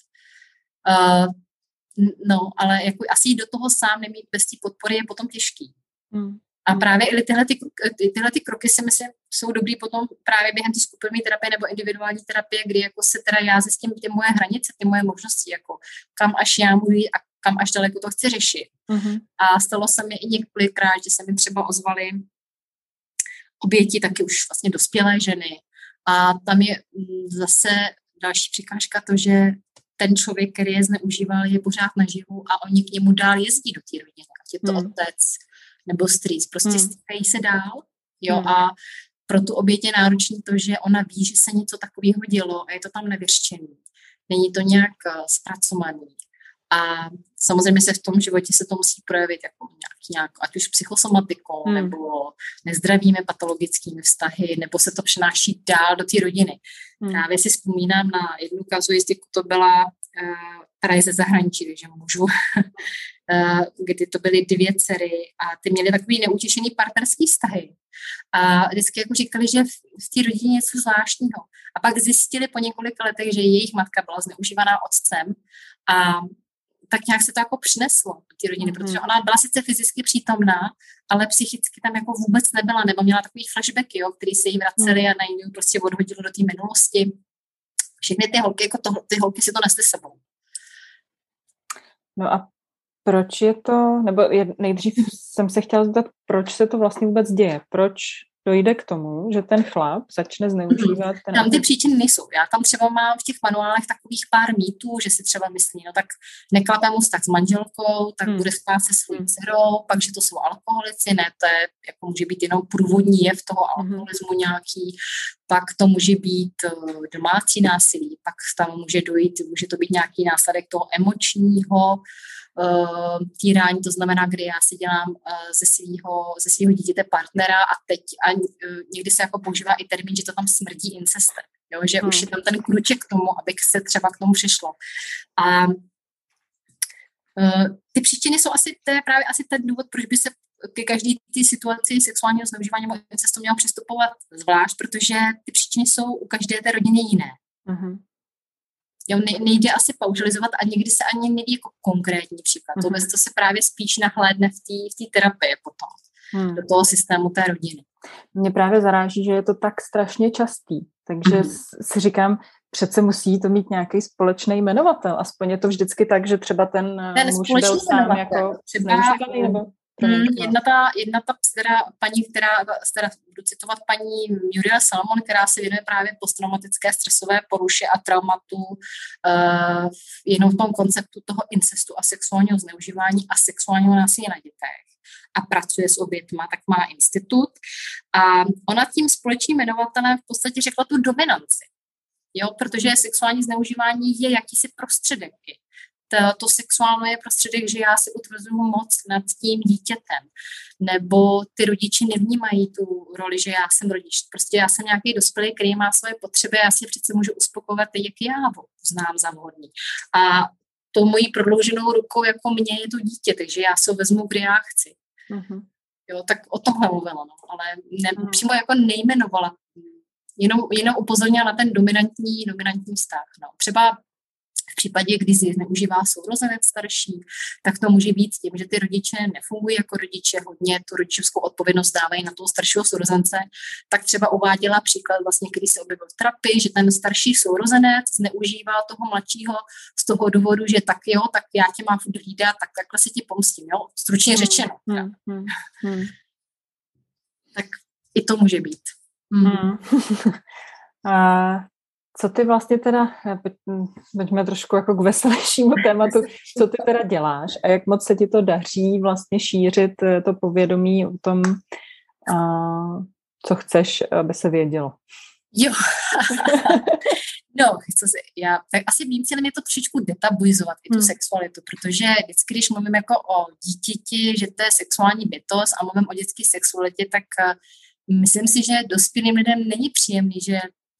No, ale jako asi do toho sám nemít bez té podpory je potom těžký. A právě i tyhle kroky si myslím, jsou dobrý potom právě během té skupinové terapie nebo individuální terapie, kdy jako se teda já zjistím ty moje hranice, ty moje možnosti, jako kam až já můžu jít a kam až daleko to chci řešit. A stalo se mi i několikrát, že se mi třeba ozvaly oběti, taky už vlastně dospělé ženy. A tam je zase další překážka to, že ten člověk, který je zneužíval, je pořád naživu a oni k němu dál jezdí do té rodiny. Ať je to otec nebo strýc. Prostě stýkají se dál. Jo, a pro tu oběť je náročný to, že ona ví, že se něco takového dělo a je to tam nevyřčený. Není to nějak zpracovaný. A samozřejmě se v tom životě se to musí projevit jako nějak ať už psychosomatikou, nebo nezdravými patologickými vztahy, nebo se to přenáší dál do té rodiny. Právě si vzpomínám na jednu kazuistiku, to byla právě ze zahraničí, takže můžu, kdy to byly 2 dcery a ty měly takový neutěšený partnerský vztahy. A vždycky jako říkali, že v té rodině něco zvláštního. A pak zjistili po několika letech, že jejich matka byla zneužívaná otcem a tak nějak se to jako přineslo do té rodiny, protože ona byla sice fyzicky přítomná, ale psychicky tam jako vůbec nebyla, nebo měla takový flashbacky, jo, který se jí vraceli a na ní prostě odhodilo do té minulosti. Všechny ty holky, jako ty holky si to nesly sebou. No a proč je to, nebo nejdřív jsem se chtěla zeptat, proč se to vlastně vůbec děje? Proč dojde k tomu, že ten chlap začne zneužívat ten... Tam ty příčiny nejsou. Já tam třeba mám v těch manuálech takových pár mýtů, že si třeba myslí, no tak neklape mu vztah s manželkou, tak bude spát se svou dcerou, pak, že to jsou alkoholici, ne, to je, jako může být jenom průvodní jev toho alkoholismu nějaký, pak to může být domácí násilí, pak tam může to být nějaký následek toho emočního týrání, to znamená, kdy já si dělám ze svého dítěte partnera a teď někdy se jako používá i termín, že to tam smrdí incestem, jo? Že už je tam ten kruček k tomu, aby se třeba k tomu přišlo. A ty příčiny jsou to je právě asi ten důvod, proč by se ke každé té situaci sexuálního zneužívání nebo incestu mělo přistupovat zvlášť, protože ty příčiny jsou u každé té rodiny jiné. Jo, nejde asi paušalizovat a někdy se ani neví jako konkrétní příklad. To se právě spíš nahlédne v té terapii potom, do toho systému té rodiny. Mě právě zaráží, že je to tak strašně častý, takže si říkám, přece musí to mít nějaký společný jmenovatel. Aspoň je to vždycky tak, že třeba ten muž byl sám jako zneužívaný, nebo... Jedna ta paní, která budu citovat paní Muriel Salomon, která se věnuje právě posttraumatické stresové poruše a traumatu jenom v tom konceptu toho incestu a sexuálního zneužívání a sexuálního násilí na dětech a pracuje s obětma, tak má institut a ona tím společným jmenovatelem v podstatě řekla tu dominanci, jo, protože sexuální zneužívání je jakýsi prostředek. To sexuální je prostředek, že já si utvrzuju moc nad tím dítětem, nebo ty rodiče nevnímají tu roli, že já jsem rodič. Prostě já jsem nějaký dospělý, který má svoje potřeby, já si přece můžu uspokojovat, jak já znám za vhodný. A to mojí prodlouženou rukou jako mě je to dítě, takže já se ho vezmu, kdy já chci. Jo, tak o tomhle mluvila, no, ale přímo jako nejmenovala, jenom upozornila na ten dominantní vztah. No. Třeba v případě, kdy zneužívá sourozenec starší, tak to může být tím, že ty rodiče nefungují jako rodiče, hodně tu rodičovskou odpovědnost dávají na toho staršího sourozence, tak třeba uváděla příklad vlastně, když se objevil v terapii, že ten starší sourozenec zneužívá toho mladšího z toho důvodu, že tak jo, tak já tě mám hlídat, tak takhle si ti pomstím, jo, stručně řečeno. Tak i to může být. Co ty vlastně teda, pojďme trošku jako k veselějšímu tématu, co ty teda děláš a jak moc se ti to daří vlastně šířit to povědomí o tom, co chceš, aby se vědělo? Jo. Tak asi mým cílem je to trošičku detabuizovat i tu sexualitu, protože vždycky, když mluvím jako o dítěti, že to je sexuální bytost a mluvím o dětské sexualitě, tak myslím si, že dospělým lidem není příjemný, že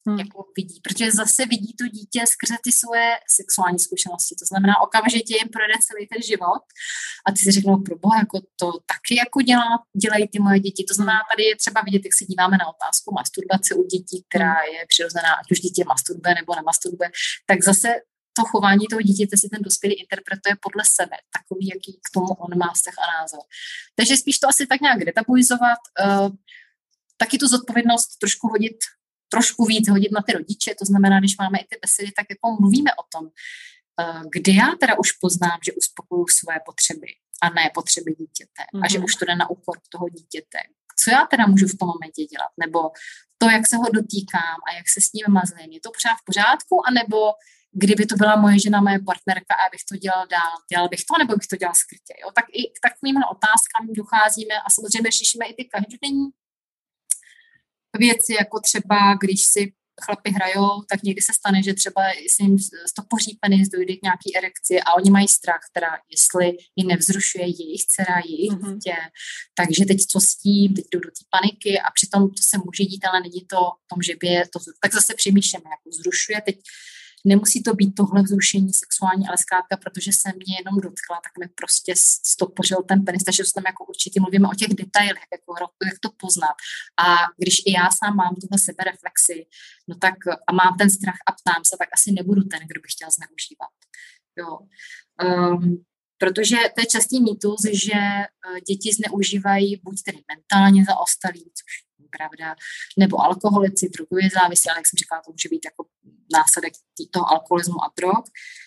jako vidí, protože zase vidí to dítě skrze ty svoje sexuální zkušenosti. To znamená, okamžitě jim projde celý ten život a ty si řeknou, proboha, jako to taky jako dělají ty moje děti. To znamená, tady je třeba vidět, jak se díváme na otázku masturbace u dětí, která je přirozená, ať už dítě masturbuje nebo nemasturbuje, tak zase to chování toho dítěte si ten dospělý interpretuje podle sebe, takový, jaký k tomu on má vztah a názor. Takže spíš to asi tak nějak detabuizovat, taky tu zodpovědnost trošku víc hodit na ty rodiče, to znamená, když máme i ty besedy, tak jako mluvíme o tom, kdy já teda už poznám, že uspokojuju svoje potřeby a ne potřeby dítěte a že už to jde na úkor toho dítěte. Co já teda můžu v tom momentě dělat? Nebo to, jak se ho dotýkám a jak se s ním mazlím, je to pořád v pořádku? A nebo kdyby to byla moje žena, moje partnerka a bych to dělal dál, dělal bych to, nebo bych to dělal skrytě? Jo? Tak i k takovým otázkám docházíme a samozřejmě řešíme i ty každodenní věci, jako třeba, když si chlapi hrajou, tak někdy se stane, že třeba si jim stopoří penis, dojde k nějaký erekci a oni mají strach, teda jestli ji nevzrušuje jejich dcera, jejich dítě, takže teď co s tím, teď jdou do té paniky a přitom to se může dít, ale není to v tom, že by je to, tak zase přemýšlíme, jako vzrušuje, teď nemusí to být tohle vzrušení sexuální, ale zkrátka, protože se mě jenom dotkla, tak mi prostě stopořil ten penis, takže tam jako určitě mluvíme o těch detailech, jako jak to poznat. A když i já sám mám tuhle sebereflexi, no tak a mám ten strach a ptám se, tak asi nebudu ten, kdo by chtěl zneužívat. Jo. Protože to je častý mýtus, že děti zneužívají buď tedy mentálně zaostalí, což je pravda, nebo alkoholici, drogově závislí, ale jak jsem říkala, to může být jako následek toho alkoholismu a drog,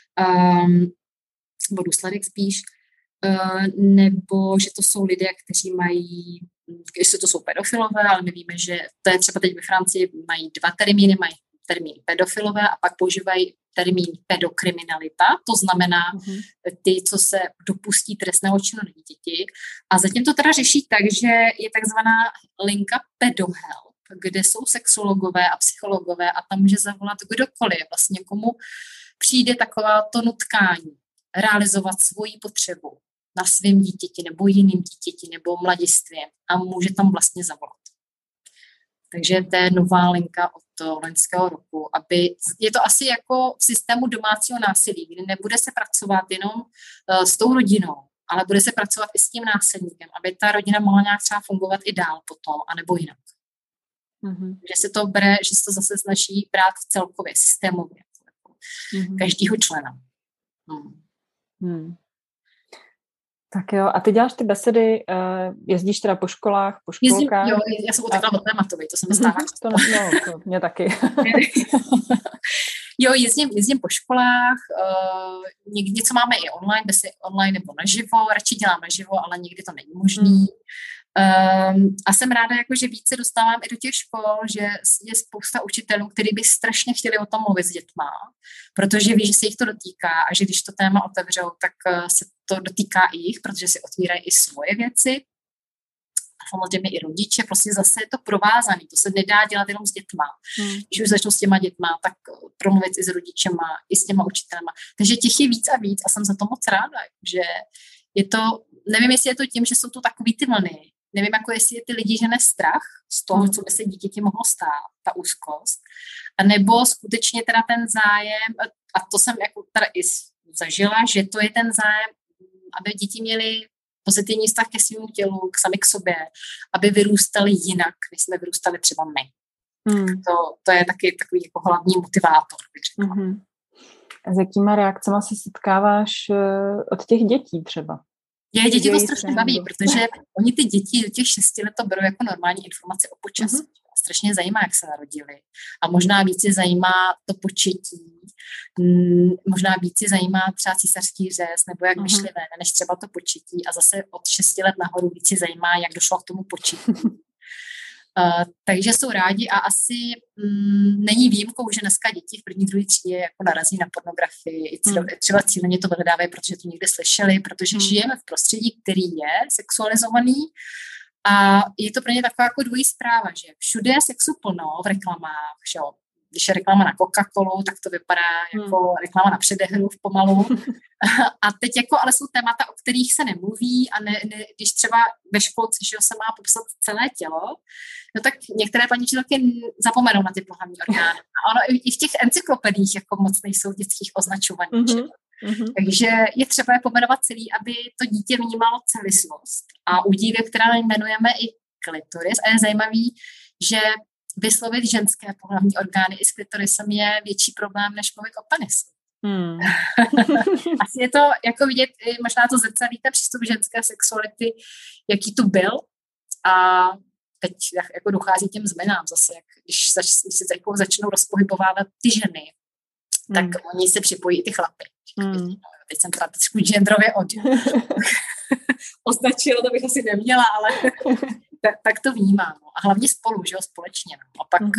nebo důsledek spíš, nebo že to jsou lidé, kteří mají, jestli to jsou pedofilové, ale my víme, že to je třeba teď ve Francii, mají 2 termíny, mají termín pedofilové a pak používají termín pedokriminalita, to znamená ty, co se dopustí trestného činu na děti. A zatím to teda řeší tak, že je takzvaná linka pedohelp, kde jsou sexologové a psychologové a tam může zavolat kdokoliv, vlastně komu přijde takováto nutkání realizovat svoji potřebu na svém dítěti nebo jiným dítěti nebo mladistvě a může tam vlastně zavolat. Takže to je nová linka od loňského roku. Je to asi jako v systému domácího násilí, kdy nebude se pracovat jenom s tou rodinou, ale bude se pracovat i s tím násilníkem, aby ta rodina mohla nějak třeba fungovat i dál potom, anebo jinak. Že se to bere, že se to zase snaží brát celkově, systémově. Každýho člena. Tak jo, a ty děláš ty besedy, jezdíš teda po školách, po školkách? Jo, já jsem utekla od tématovi, to se mi stává. To mě taky. Jo, jezdím po školách, něco máme i online, besedy online nebo naživo, radši dělám naživo, ale někdy to není možný. A jsem ráda, jako, že více dostávám i do těch škol, že je spousta učitelů, kteří by strašně chtěli o tom mluvit s dětma, protože ví, že se jich to dotýká a že když to téma otevřou, tak se to dotýká i jich, protože si otvírají i svoje věci. A samozřejmě i rodiče, prostě zase je to provázaný, to se nedá dělat jenom s dětma. Když už začnu s těma dětma, tak promluvit i s rodičema, i s těma učitelema. Takže těch je víc a víc a jsem za to moc ráda, že je to, nevím, jestli je to tím, že jsou to takový ty vlny, nevím, jako jestli je ty lidi žene strach z toho, co by se dítěti mohlo stát, ta úzkost, a nebo skutečně teda ten zájem, a to jsem jako teda i zažila, že to je ten zájem, aby děti měly pozitivní vztah ke svému tělu, sami k sobě, aby vyrůstali jinak, než jsme vyrůstali třeba my. To je taky takový jako hlavní motivátor, bych řekla. S jakýma reakcemi se setkáváš od těch dětí třeba? Děti to strašně baví, protože oni ty děti do těch 6 let to berou jako normální informace o počasí. Strašně zajímá, jak se narodili. A možná víc je zajímá to početí, možná víc je zajímá třeba císařský řez, nebo jak vyšli ven, než třeba to početí. A zase od 6 let nahoru víc je zajímá, jak došlo k tomu početí. Takže jsou rádi a asi není výjimkou, že dneska děti v první, druhé třídě jako narazí na pornografii. Třeba cíleně to vyhledávají, protože to někde slyšeli, protože žijeme v prostředí, který je sexualizovaný a je to pro ně taková jako dvojí zpráva, že všude je sexu plno v reklamách, že jo. když je reklama na Coca-Colu, tak to vypadá jako reklama na předehru pomalu. A teď jako, ale jsou témata, o kterých se nemluví a když třeba ve školce, že se má popsat celé tělo, no tak některé paní učitelky zapomenou na ty pohlavní orgány. A ono i v těch encyklopediích jako moc nejsou dětských označovaní. Takže je třeba je pomenovat celý, aby to dítě vnímalo celistvost. A u dívek, která jmenujeme i klitoris, a je zajímavý, že vyslovit ženské pohlavní orgány i s klitorisem je větší problém, než mluvit o penisu. Asi je to jako vidět, možná to zrcadlí ten přístup ženské sexuality, jaký tu byl, a teď jako dochází těm změnám zase, když se začnou rozpohybovávat ty ženy, tak oni se připojí i ty chlapy. Teď jsem teda trošku genderově označila, to bych asi neměla, ale tak to vnímám. No. A hlavně spolu, že jo, společně. No. A pak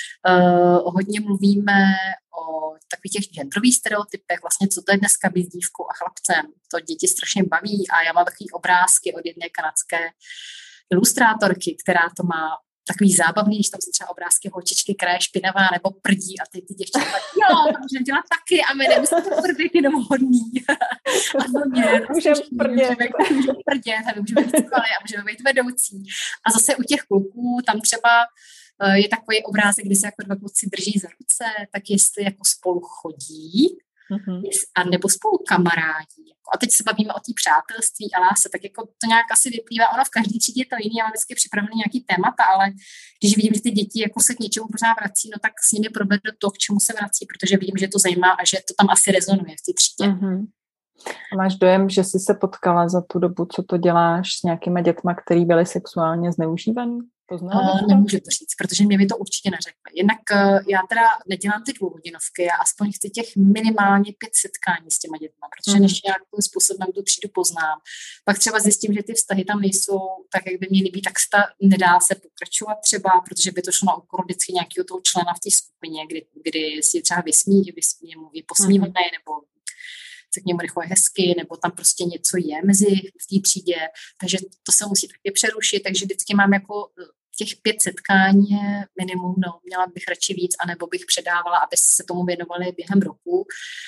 hodně mluvíme o takových těch genderových stereotypech, vlastně co to je dneska být dívkou a chlapcem. To děti strašně baví a já mám takový obrázky od jedné kanadské ilustrátorky, která to má takový zábavný, když tam jsou třeba obrázky holčičky, která je špinavá nebo prdí a ty děvčata tak, jo, to můžeme dělat taky a my nemusíme to prdit jenom hodný. Ano, můžeme prdět a můžeme být skvělý a můžeme být vedoucí. A zase u těch kluků tam třeba je takový obrázek, kdy se jako dva kluci drží za ruce, tak jestli jako spolu chodí, a nebo spolu kamarádí. A teď se bavíme o té přátelství a lásce, tak jako to nějak asi vyplývá. Ono v každý třídě je to jiný, já mám vždycky připravený nějaký témata, ale když vidím, že ty děti jako se k něčemu pořád vrací, no tak s nimi proberu to, k čemu se vrací, protože vidím, že to zajímá a že to tam asi rezonuje v té třídě. A máš dojem, že jsi se potkala za tu dobu, co to děláš, s nějakými dětma, který byly sexuálně zneužívaný? Nemůžu to říct, protože mě by to určitě neřekli. Jinak já teda nedělám ty 2hodinovky, já aspoň chci těch minimálně 5 setkání s těma dětma, protože než nějakým způsobem tu třídu poznám, pak třeba zjistím, že ty vztahy tam nejsou tak, jak by měly být, tak nedá se pokračovat třeba, protože by to šlo na úkor vždycky nějakého toho člena v té skupině, kdy si třeba vysmí mluví posmívané, nebo se k němu rychle hezky, nebo tam prostě něco je mezi v té třídě, takže to se musí taky přerušit, takže vždycky mám jako těch 5 setkání minimum, no, měla bych radši víc, anebo bych předávala, aby se tomu věnovali během roku.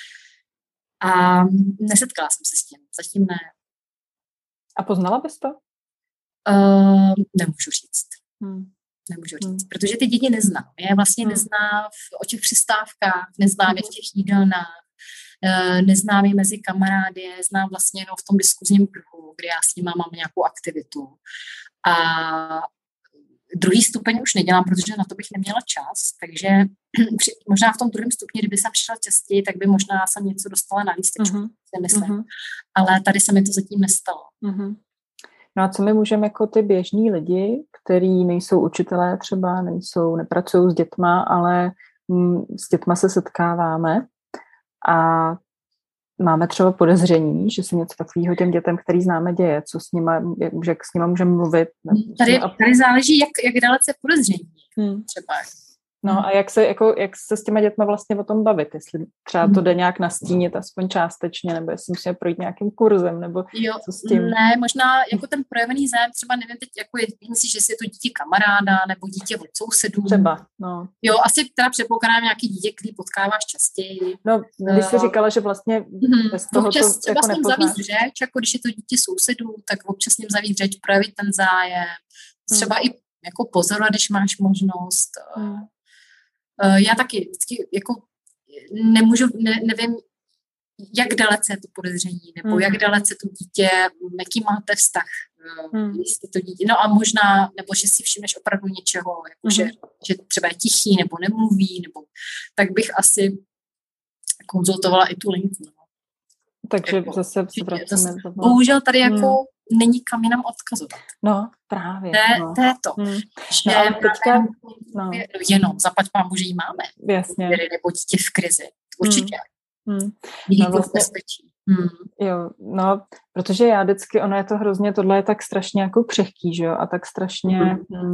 A nesetkala jsem se s tím, zatím ne. A poznala bys to? Nemůžu říct. Nemůžu říct, protože ty děti neznám. Já je vlastně neznám o těch přestávkách, neznám je v těch jídelnách, neznám je mezi kamarády, znám vlastně jenom v tom diskuzním kruhu, kde já s nima mám nějakou aktivitu. A druhý stupeň už nedělám, protože na to bych neměla čas, takže možná v tom druhém stupni, kdyby jsem přišla častěji, tak by možná jsem něco dostala na lístečku, si myslím. Ale tady se mi to zatím nestalo. No a co my můžeme jako ty běžní lidi, kteří nejsou učitelé třeba, nepracují s dětma, ale s dětma se setkáváme a máme třeba podezření, že se něco takového těm dětem, který známe, děje, co s nima, jak s nima můžeme mluvit. Tady záleží, jak dalece podezření třeba. No a jak se s těma dětma vlastně o tom bavit, jestli třeba to jde nějak nastínit aspoň částečně, nebo jestli musíme projít nějakým kurzem, nebo co s tím? Ne, možná jako ten projevený zájem, třeba nevím teď, jako myslíš, že je to dítě kamaráda, nebo dítě od sousedů. Třeba, no. Jo, asi teda předpokládám nějaký dítě, který potkáváš častěji. No, když jsi říkala, že vlastně bez toho občas to jako nepoznáš. Zavíc řeč, jako když je to dítě sousedů, tak občas ním zavíc řeč, projevit ten zájem. Třeba i jako pozorovat, když máš možnost. Já taky vždycky jako nevím, jak dalece je to podezření, nebo jak dalece to dítě, jaký máte vztah, jestli to dítě, no a možná, nebo že si všimneš opravdu něčeho, jako že třeba je tichý, nebo nemluví, nebo tak bych asi konzultovala i tu linku. No. Takže jako, zase se vracíme. Bohužel tady jako není kam jinam odkazovat. No, právě. To je to. Že ale teďka, jenom zaplať pánbu, že ji máme. Jasně. Nebo dítě v krizi. Určitě. No, vlastně, jo, no, protože já vždycky, ono je to hrozně, tohle je tak strašně jako křehký, že jo, a tak strašně,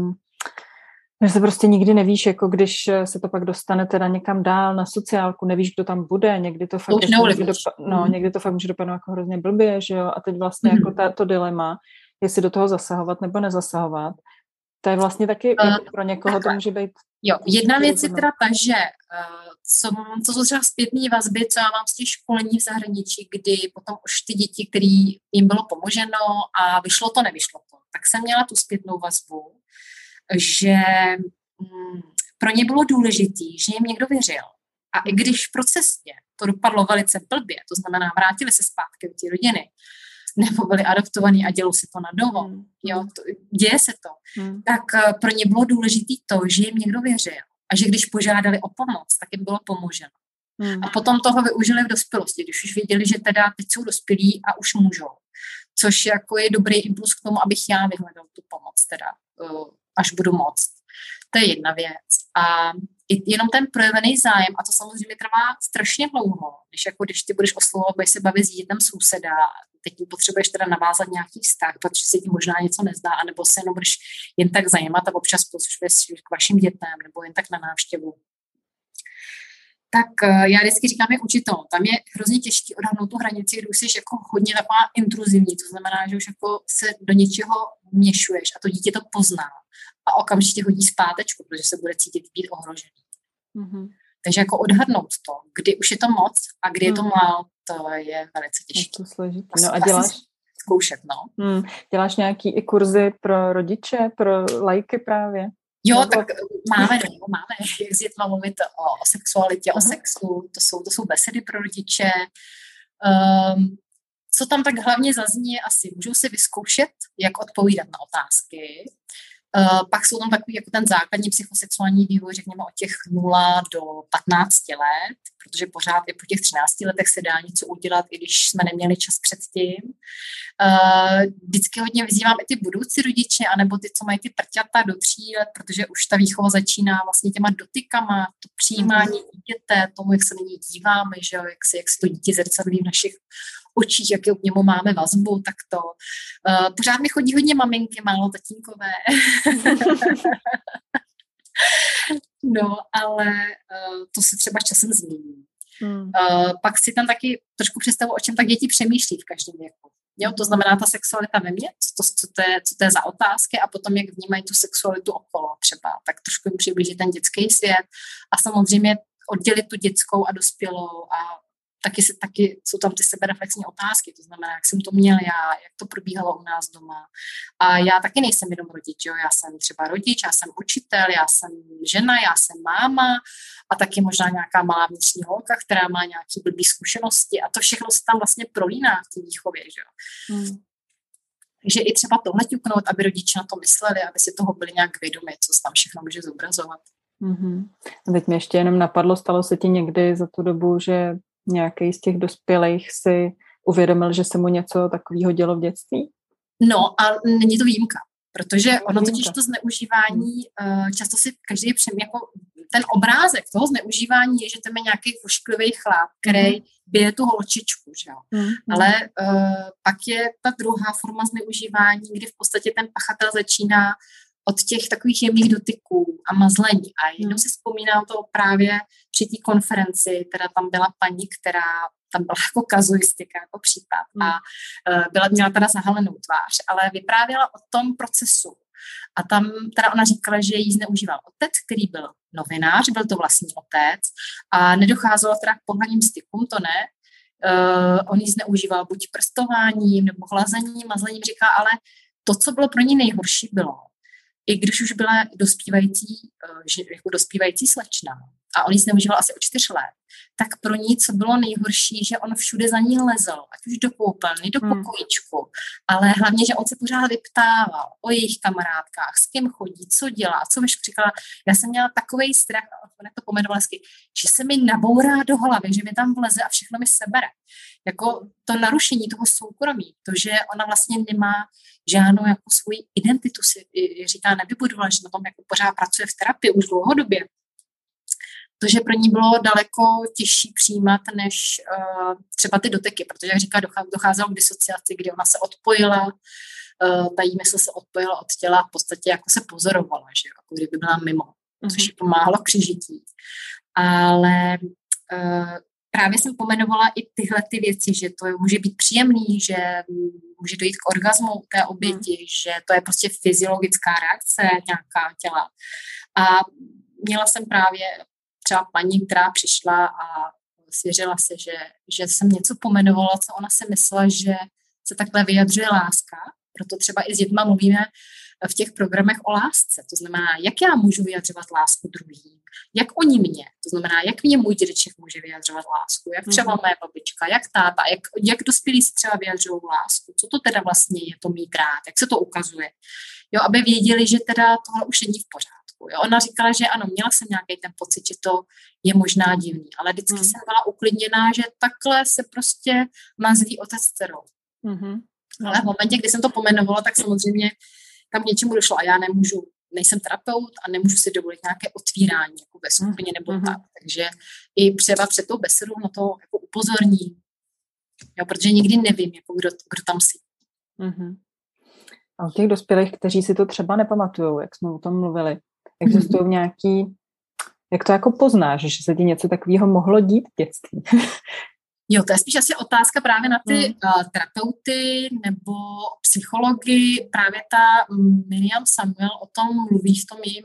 že se prostě nikdy nevíš, jako když se to pak dostane teda někam dál na sociálku, nevíš, kdo tam bude, někdy to fakt, někdy to fakt může dopadnout jako hrozně blbě, že jo, a teď vlastně jako to dilema, jestli do toho zasahovat nebo nezasahovat, to je vlastně taky jako pro někoho to může být... Jo, jedna věc je teda ta, že Co jsou třeba zpětné vazby, co já mám z těch školení v zahraničí, kdy potom už ty děti, kterým jim bylo pomoženo a vyšlo to, nevyšlo to, tak jsem měla tu zpětnou vazbu, že pro ně bylo důležitý, že jim někdo věřil. A i když v procesně to dopadlo velice blbě, to znamená, vrátili se zpátky do té rodiny, nebo byli adoptovaní a dělou si to na dovo, děje se to, tak pro ně bylo důležitý to, že jim někdo věřil a že když požádali o pomoc, tak jim bylo pomoženo. A potom toho využili v dospělosti, když už věděli, že teda teď jsou dospělí a už můžou. Což jako je dobrý impuls k tomu, abych já vyhledal tu pomoc, teda, až budu moct. To je jedna věc. A jenom ten projevený zájem, a to samozřejmě trvá strašně dlouho, když ty budeš oslovovat, budeš se bavit s dítětem souseda, teď potřebuješ teda navázat nějaký vztah, protože se ti možná něco nezdá, anebo se jenom budeš jen tak zajímat a občas pozveš k vašim dětem, nebo jen tak na návštěvu. Tak já vždycky říkám je učitel, tam je hrozně těžký odhadnout tu hranici, kdy už jsi jako hodně taková intruzivní, to znamená, že už jako se do něčeho vměšuješ a to dítě to pozná a okamžitě hodí zpátečku, protože se bude cítit být ohrožený. Takže jako odhadnout to, kdy už je to moc a kdy je to málo, to je velice těžké. No a děláš? Zkoušet, no. Děláš nějaký i kurzy pro rodiče, pro laiky právě? Jo, tak máme, jak s dětma mluvit o sexualitě, o sexu, to jsou besedy pro rodiče. Co tam tak hlavně zazní, asi můžou si vyzkoušet, jak odpovídat na otázky. Pak jsou tam takový jako ten základní psychosexuální vývoj, řekněme od těch 0 do 15 let, protože pořád i po těch 13 letech se dá něco udělat, i když jsme neměli čas předtím. Vždycky hodně vyzývám i ty budoucí rodiče, anebo ty, co mají ty prťata do 3 let, protože už ta výchova začíná vlastně těma dotykama, to přijímání dítěte, tomu, jak se na něj díváme, že jak se to dítě zrcadlí v našich očích, jak k němu máme vazbu, tak to. Pořád mi chodí hodně maminky, málo tatínkové. No, ale to se třeba časem změní. Pak si tam taky trošku představu, o čem tak děti přemýšlí v každém věku. Jo, to znamená ta sexualita ve mně, co to je za otázky a potom, jak vnímají tu sexualitu okolo třeba, tak trošku jim přiblížit ten dětský svět a samozřejmě oddělit tu dětskou a dospělou a taky jsou tam ty sebereflexní otázky, to znamená, jak jsem to měl já, jak to probíhalo u nás doma. A já taky nejsem jenom rodič, jo? Já jsem třeba rodič, já jsem učitel, já jsem žena, já jsem máma a taky možná nějaká malá vnitřní holka, která má nějaké blbý zkušenosti a to všechno se tam vlastně prolíná v té výchově, že jo. Takže i třeba tohle ťuknout, aby rodiče na to mysleli, aby si toho byli nějak vědomi, co se tam všechno může zobrazovat. A teď mě ještě jenom napadlo, stalo se ti někdy za tu dobu, že nějaký z těch dospělých si uvědomil, že se mu něco takového dělo v dětství? No a není to výjimka, protože ono totiž to zneužívání, často si každý jako ten obrázek toho zneužívání je, že tam je nějaký ošklivý chlap, který bije tu holčičku, že jo. Ale pak je ta druhá forma zneužívání, kdy v podstatě ten pachatel začíná od těch takových jemných dotyků a mazlení. A jednou si vzpomínám to právě při té konferenci, teda tam byla paní, která tam byla jako kazuistika, jako případ a měla teda zahalenou tvář, ale vyprávěla o tom procesu. A tam teda ona říkala, že jí zneužíval otec, který byl novinář, byl to vlastní otec a nedocházelo teda k pohlavním stykům, to ne. On jí zneužíval buď prstováním nebo hlazením, mazlením, říká, ale to, co bylo pro ní nejhorší, bylo, i když už byla dospívající slečna a on ji zneužíval asi o 4 let, tak pro ní, co bylo nejhorší, že on všude za ní lezl, ať už do koupelny, do pokojíčku, ale hlavně, že on se pořád vyptával o jejich kamarádkách, s kým chodí, co dělá, co vyškříkala. Já jsem měla takovej strach, on to pomenoval hezky, že se mi nabourá do hlavy, že mi tam vleze a všechno mi sebere. Jako to narušení toho soukromí, to, že ona vlastně nemá žádnou jako svoji identitu, si říká, nevybudovala, že na tom jako pořád pracuje v terapii už dlouhodobě. To, že pro ní bylo daleko těžší přijímat než třeba ty doteky, protože, jak říká, docházelo k disociaci, kdy ona se odpojila, ta jí mysl se odpojila od těla a v podstatě jako se pozorovala, že jako kdyby byla mimo, což jí pomáhalo k přežití. Ale právě jsem pomenovala i tyhle ty věci, že to může být příjemný, že může dojít k orgazmu té oběti, že to je prostě fyziologická reakce nějaká těla. A měla jsem právě třeba paní, která přišla a svěřila se, že jsem něco pomenovala, co ona si myslela, že se takhle vyjadřuje láska. Proto třeba i s dětma mluvíme v těch programech o lásce. To znamená, jak já můžu vyjadřovat lásku druhým, jak oni mě. To znamená, jak mě můj dědeček může vyjadřovat lásku, jak třeba moje babička, jak táta, jak dospělí si třeba vyjadřují lásku, co to teda vlastně je to mít rád, jak se to ukazuje. Jo, aby věděli, že teda tohle už není v pořádku. Jo, ona říkala, že ano, měla jsem nějaký ten pocit, že to je možná divný, ale vždycky jsem byla uklidněná, že takhle se prostě nazví otec s dcerou. Ale v momentě, kdy jsem to pomenovala, tak samozřejmě tam k něčemu došlo a já nejsem terapeut a nemůžu si dovolit nějaké otvírání jako ve skupině nebo tak. Takže i třeba před tou besedou na to jako upozorní, jo, protože nikdy nevím, jako kdo tam si. A u těch dospělých, kteří si to třeba nepamatujou, jak jsme o tom mluvili, existují nějaký, jak to jako poznáš, že se ti něco takového mohlo dít v dětství? Jo, to je spíš asi otázka právě na ty terapeuty nebo psychology. Právě ta Miriam Samuel o tom mluví v tom jím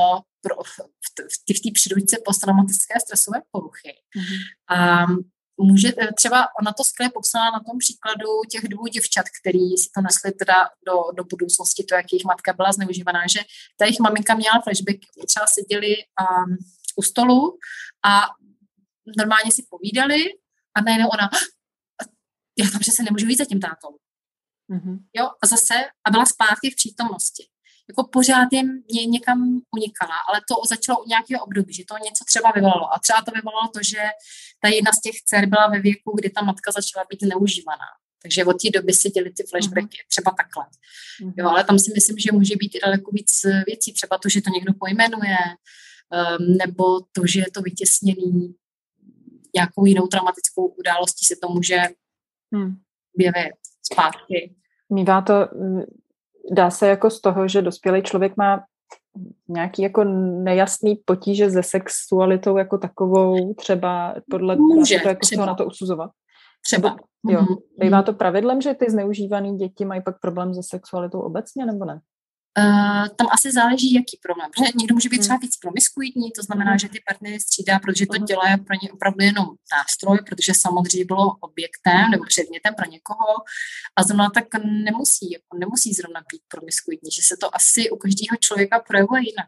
v té příručce posttraumatické stresové poruchy. A může třeba, ona to skvěle popsala na tom příkladu těch 2 děvčat, který si to nesli teda do budoucnosti, to, jak jejich matka byla zneužívaná, že ta jejich maminka měla flashback, třeba seděli u stolu a normálně si povídali a najednou ona, já tam přece nemůžu jít za tím tátou. Jo, a zase, a byla zpátky v přítomnosti. Jako pořád jim někam unikala, ale to začalo u nějakého období, že to něco třeba vyvolalo. A třeba to vyvolalo to, že ta jedna z těch dcer byla ve věku, kdy ta matka začala být zneužívaná. Takže od té doby si děli ty flashbacky, třeba takhle. Jo, ale tam si myslím, že může být i daleko víc věcí. Třeba to, že to někdo pojmenuje, nebo to, že je to vytěsněný nějakou jinou traumatickou událostí, se to může objevit zpátky. Mívá to, dá se jako z toho, že dospělý člověk má nějaký jako nejasný potíže se sexualitou jako takovou, třeba podle toho, jako třeba na to usuzovat. Třeba. Jo. Bývá to pravidlem, že ty zneužívaný děti mají pak problém se sexualitou obecně, nebo ne? Tam asi záleží, jaký problém. Protože někdo může být třeba víc promiskuitní, to znamená, že ty partnery střídá, protože to tělo je pro ně opravdu jenom nástroj, protože samozřejmě bylo objektem nebo předmětem pro někoho a zrovna tak nemusí zrovna být promiskuitní, že se to asi u každého člověka projevuje jinak.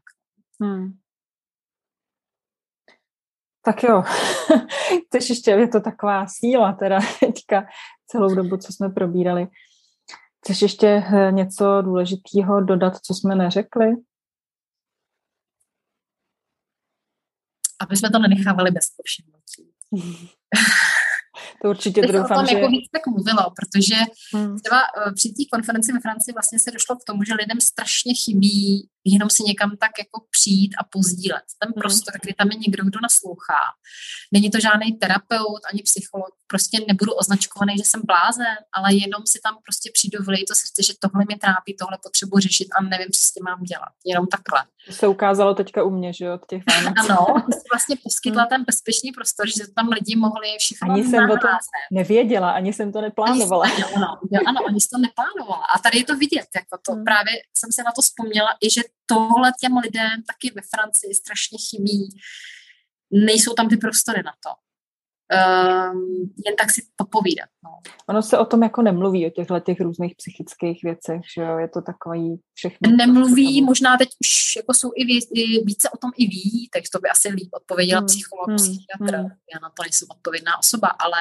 Tak jo, chceš ještě, je to taková síla teda teďka celou dobu, co jsme probírali. Chceš ještě něco důležitého dodat, co jsme neřekli? Aby jsme to nenechávali bez povšimnutí. To určitě doufám, že... jako víc tak mluvilo, protože třeba při té konferenci ve Francii vlastně se došlo k tomu, že lidem strašně chybí jenom si někam tak jako přijít a pozdílet. Ten prostor, kdy tam je někdo, kdo naslouchá. Není to žádný terapeut ani psycholog, prostě nebudu označkovaný, že jsem blázen, ale jenom si tam prostě přijdu vlej to srdce, že tohle mě trápí, tohle potřebuji řešit a nevím, co s tím mám dělat. Jenom takhle. To se ukázalo teďka u mě, že od těch Vánoc. Ano, jsi vlastně poskytla ten bezpečný prostor, že tam lidi mohli všechno. Ani jsem o tom nevěděla, ani jsem to neplánovala. Ano, ani jsem to neplánovala. A tady je to vidět, jako to právě jsem se na to vzpomněla, i že tohle těm lidem taky ve Francii strašně chybí. Nejsou tam ty prostory na to. Jen tak si popovídat. No. Ono se o tom jako nemluví, o těch různých psychických věcech, že jo, je to takový všechno. Nemluví, možná teď už jako jsou i více o tom i ví, tak to by asi líp odpověděla psycholog, psychiatr. Já na to nejsem odpovědná osoba, ale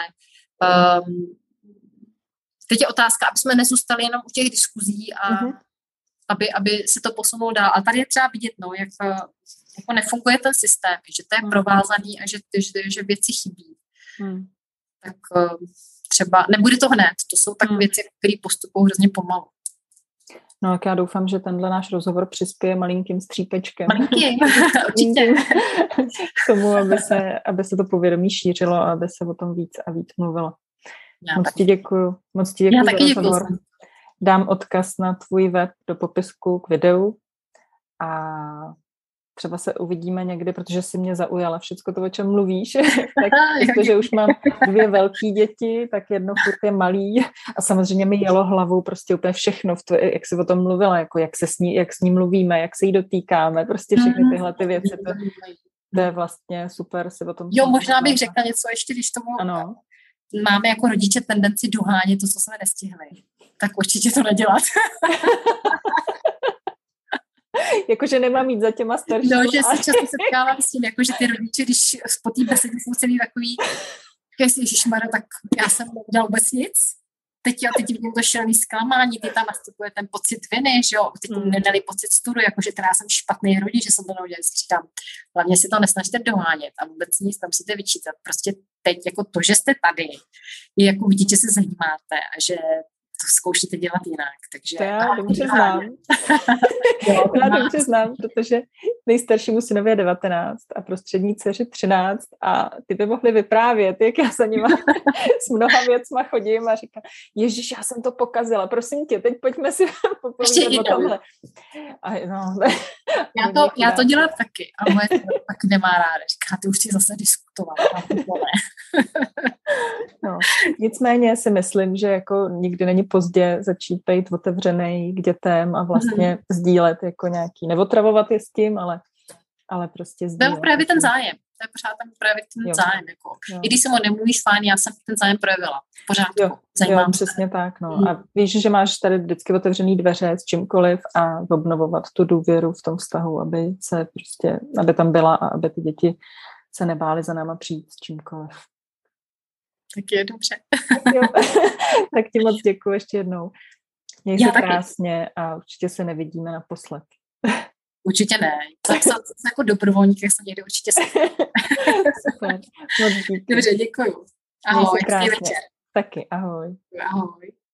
teď je otázka, aby jsme nezůstali jenom u těch diskuzí a aby se to posunulo dál. A tady je třeba vidět, jak jako nefunguje ten systém, že to je provázaný a že věci chybí. Tak třeba, nebude to hned, to jsou tak věci, které postupují hrozně pomalu. No, tak já doufám, že tenhle náš rozhovor přispěje malinkým střípečkem. Malinkým, určitě. K tomu, aby se to povědomí šířilo a aby se o tom víc a víc mluvilo. Moc ti děkuju za rozhovor. Dám odkaz na tvůj web do popisku k videu a třeba se uvidíme někdy, protože jsi mě zaujala všecko to, o čem mluvíš. Tak, protože už mám 2 velké děti, tak jedno furt je malý a samozřejmě mi jelo hlavou prostě úplně všechno, jak jsi o tom mluvila, jako jak s ní mluvíme, jak se jí dotýkáme, prostě všechny tyhle ty věci. to je vlastně super si o tom... Jo, možná bych řekla něco ještě, když tomu ano. Máme jako rodiče tendenci dohánět to, co jsme nestihli. Tak určitě to nedělat. Jakože nemám mít za těma staršíma. No, že se často setkávám s tím, jakože ty rodiče, když po té besedě jsou celý takový, ježišmarja, tak já jsem neudělal vůbec nic. Teď vidím to šílený zklamání, ty tam nastupuje ten pocit viny, že jo, teď nedali pocit studu, jakože teda já jsem špatný rodič, že jsem to neudělal, říkám, hlavně si to nesnažte dohánět a vůbec nic tam musíte vyčítat. Prostě teď jako to, že jste tady, je jako vidět, že se zajímáte a že to zkoušíte dělat jinak. Takže to já dobře znám. Já dobře znám, protože nejstaršímu synovi je 19 a prostřední dceři 13 a ty by mohly vyprávět, jak já za nima s mnoha věcma chodím a říkám, Ježíš, já jsem to pokazila, prosím tě, teď pojďme si popovídat o tomhle. A já to dělám taky a moje taky nemá ráda. Říká, ty už si zase diskutovat. No, nicméně si myslím, že jako nikdy není pozdě začít být otevřenej k dětem a vlastně sdílet jako nějaký, neotravovat je s tím, ale prostě sdílet. To je právě ten zájem. To je pořád tam právě ten zájem. Jako. I když si mu nemluvíš, fajn, já jsem ten zájem projevila. Pořád. Jo, přesně tak. No. A víš, že máš tady vždycky otevřený dveře s čímkoliv a obnovovat tu důvěru v tom vztahu, aby tam byla a aby ty děti se nebály za náma přijít s čímkoliv. Tak je dobře. Tak ti moc děkuji ještě jednou. Měj se krásně a určitě se nevidíme naposled. Určitě ne. Tak jsem jako dobrovolník, jak jsem někdy určitě Super. Moc díky. Dobře, děkuju. Ahoj, hezký večer. Taky, ahoj. Ahoj.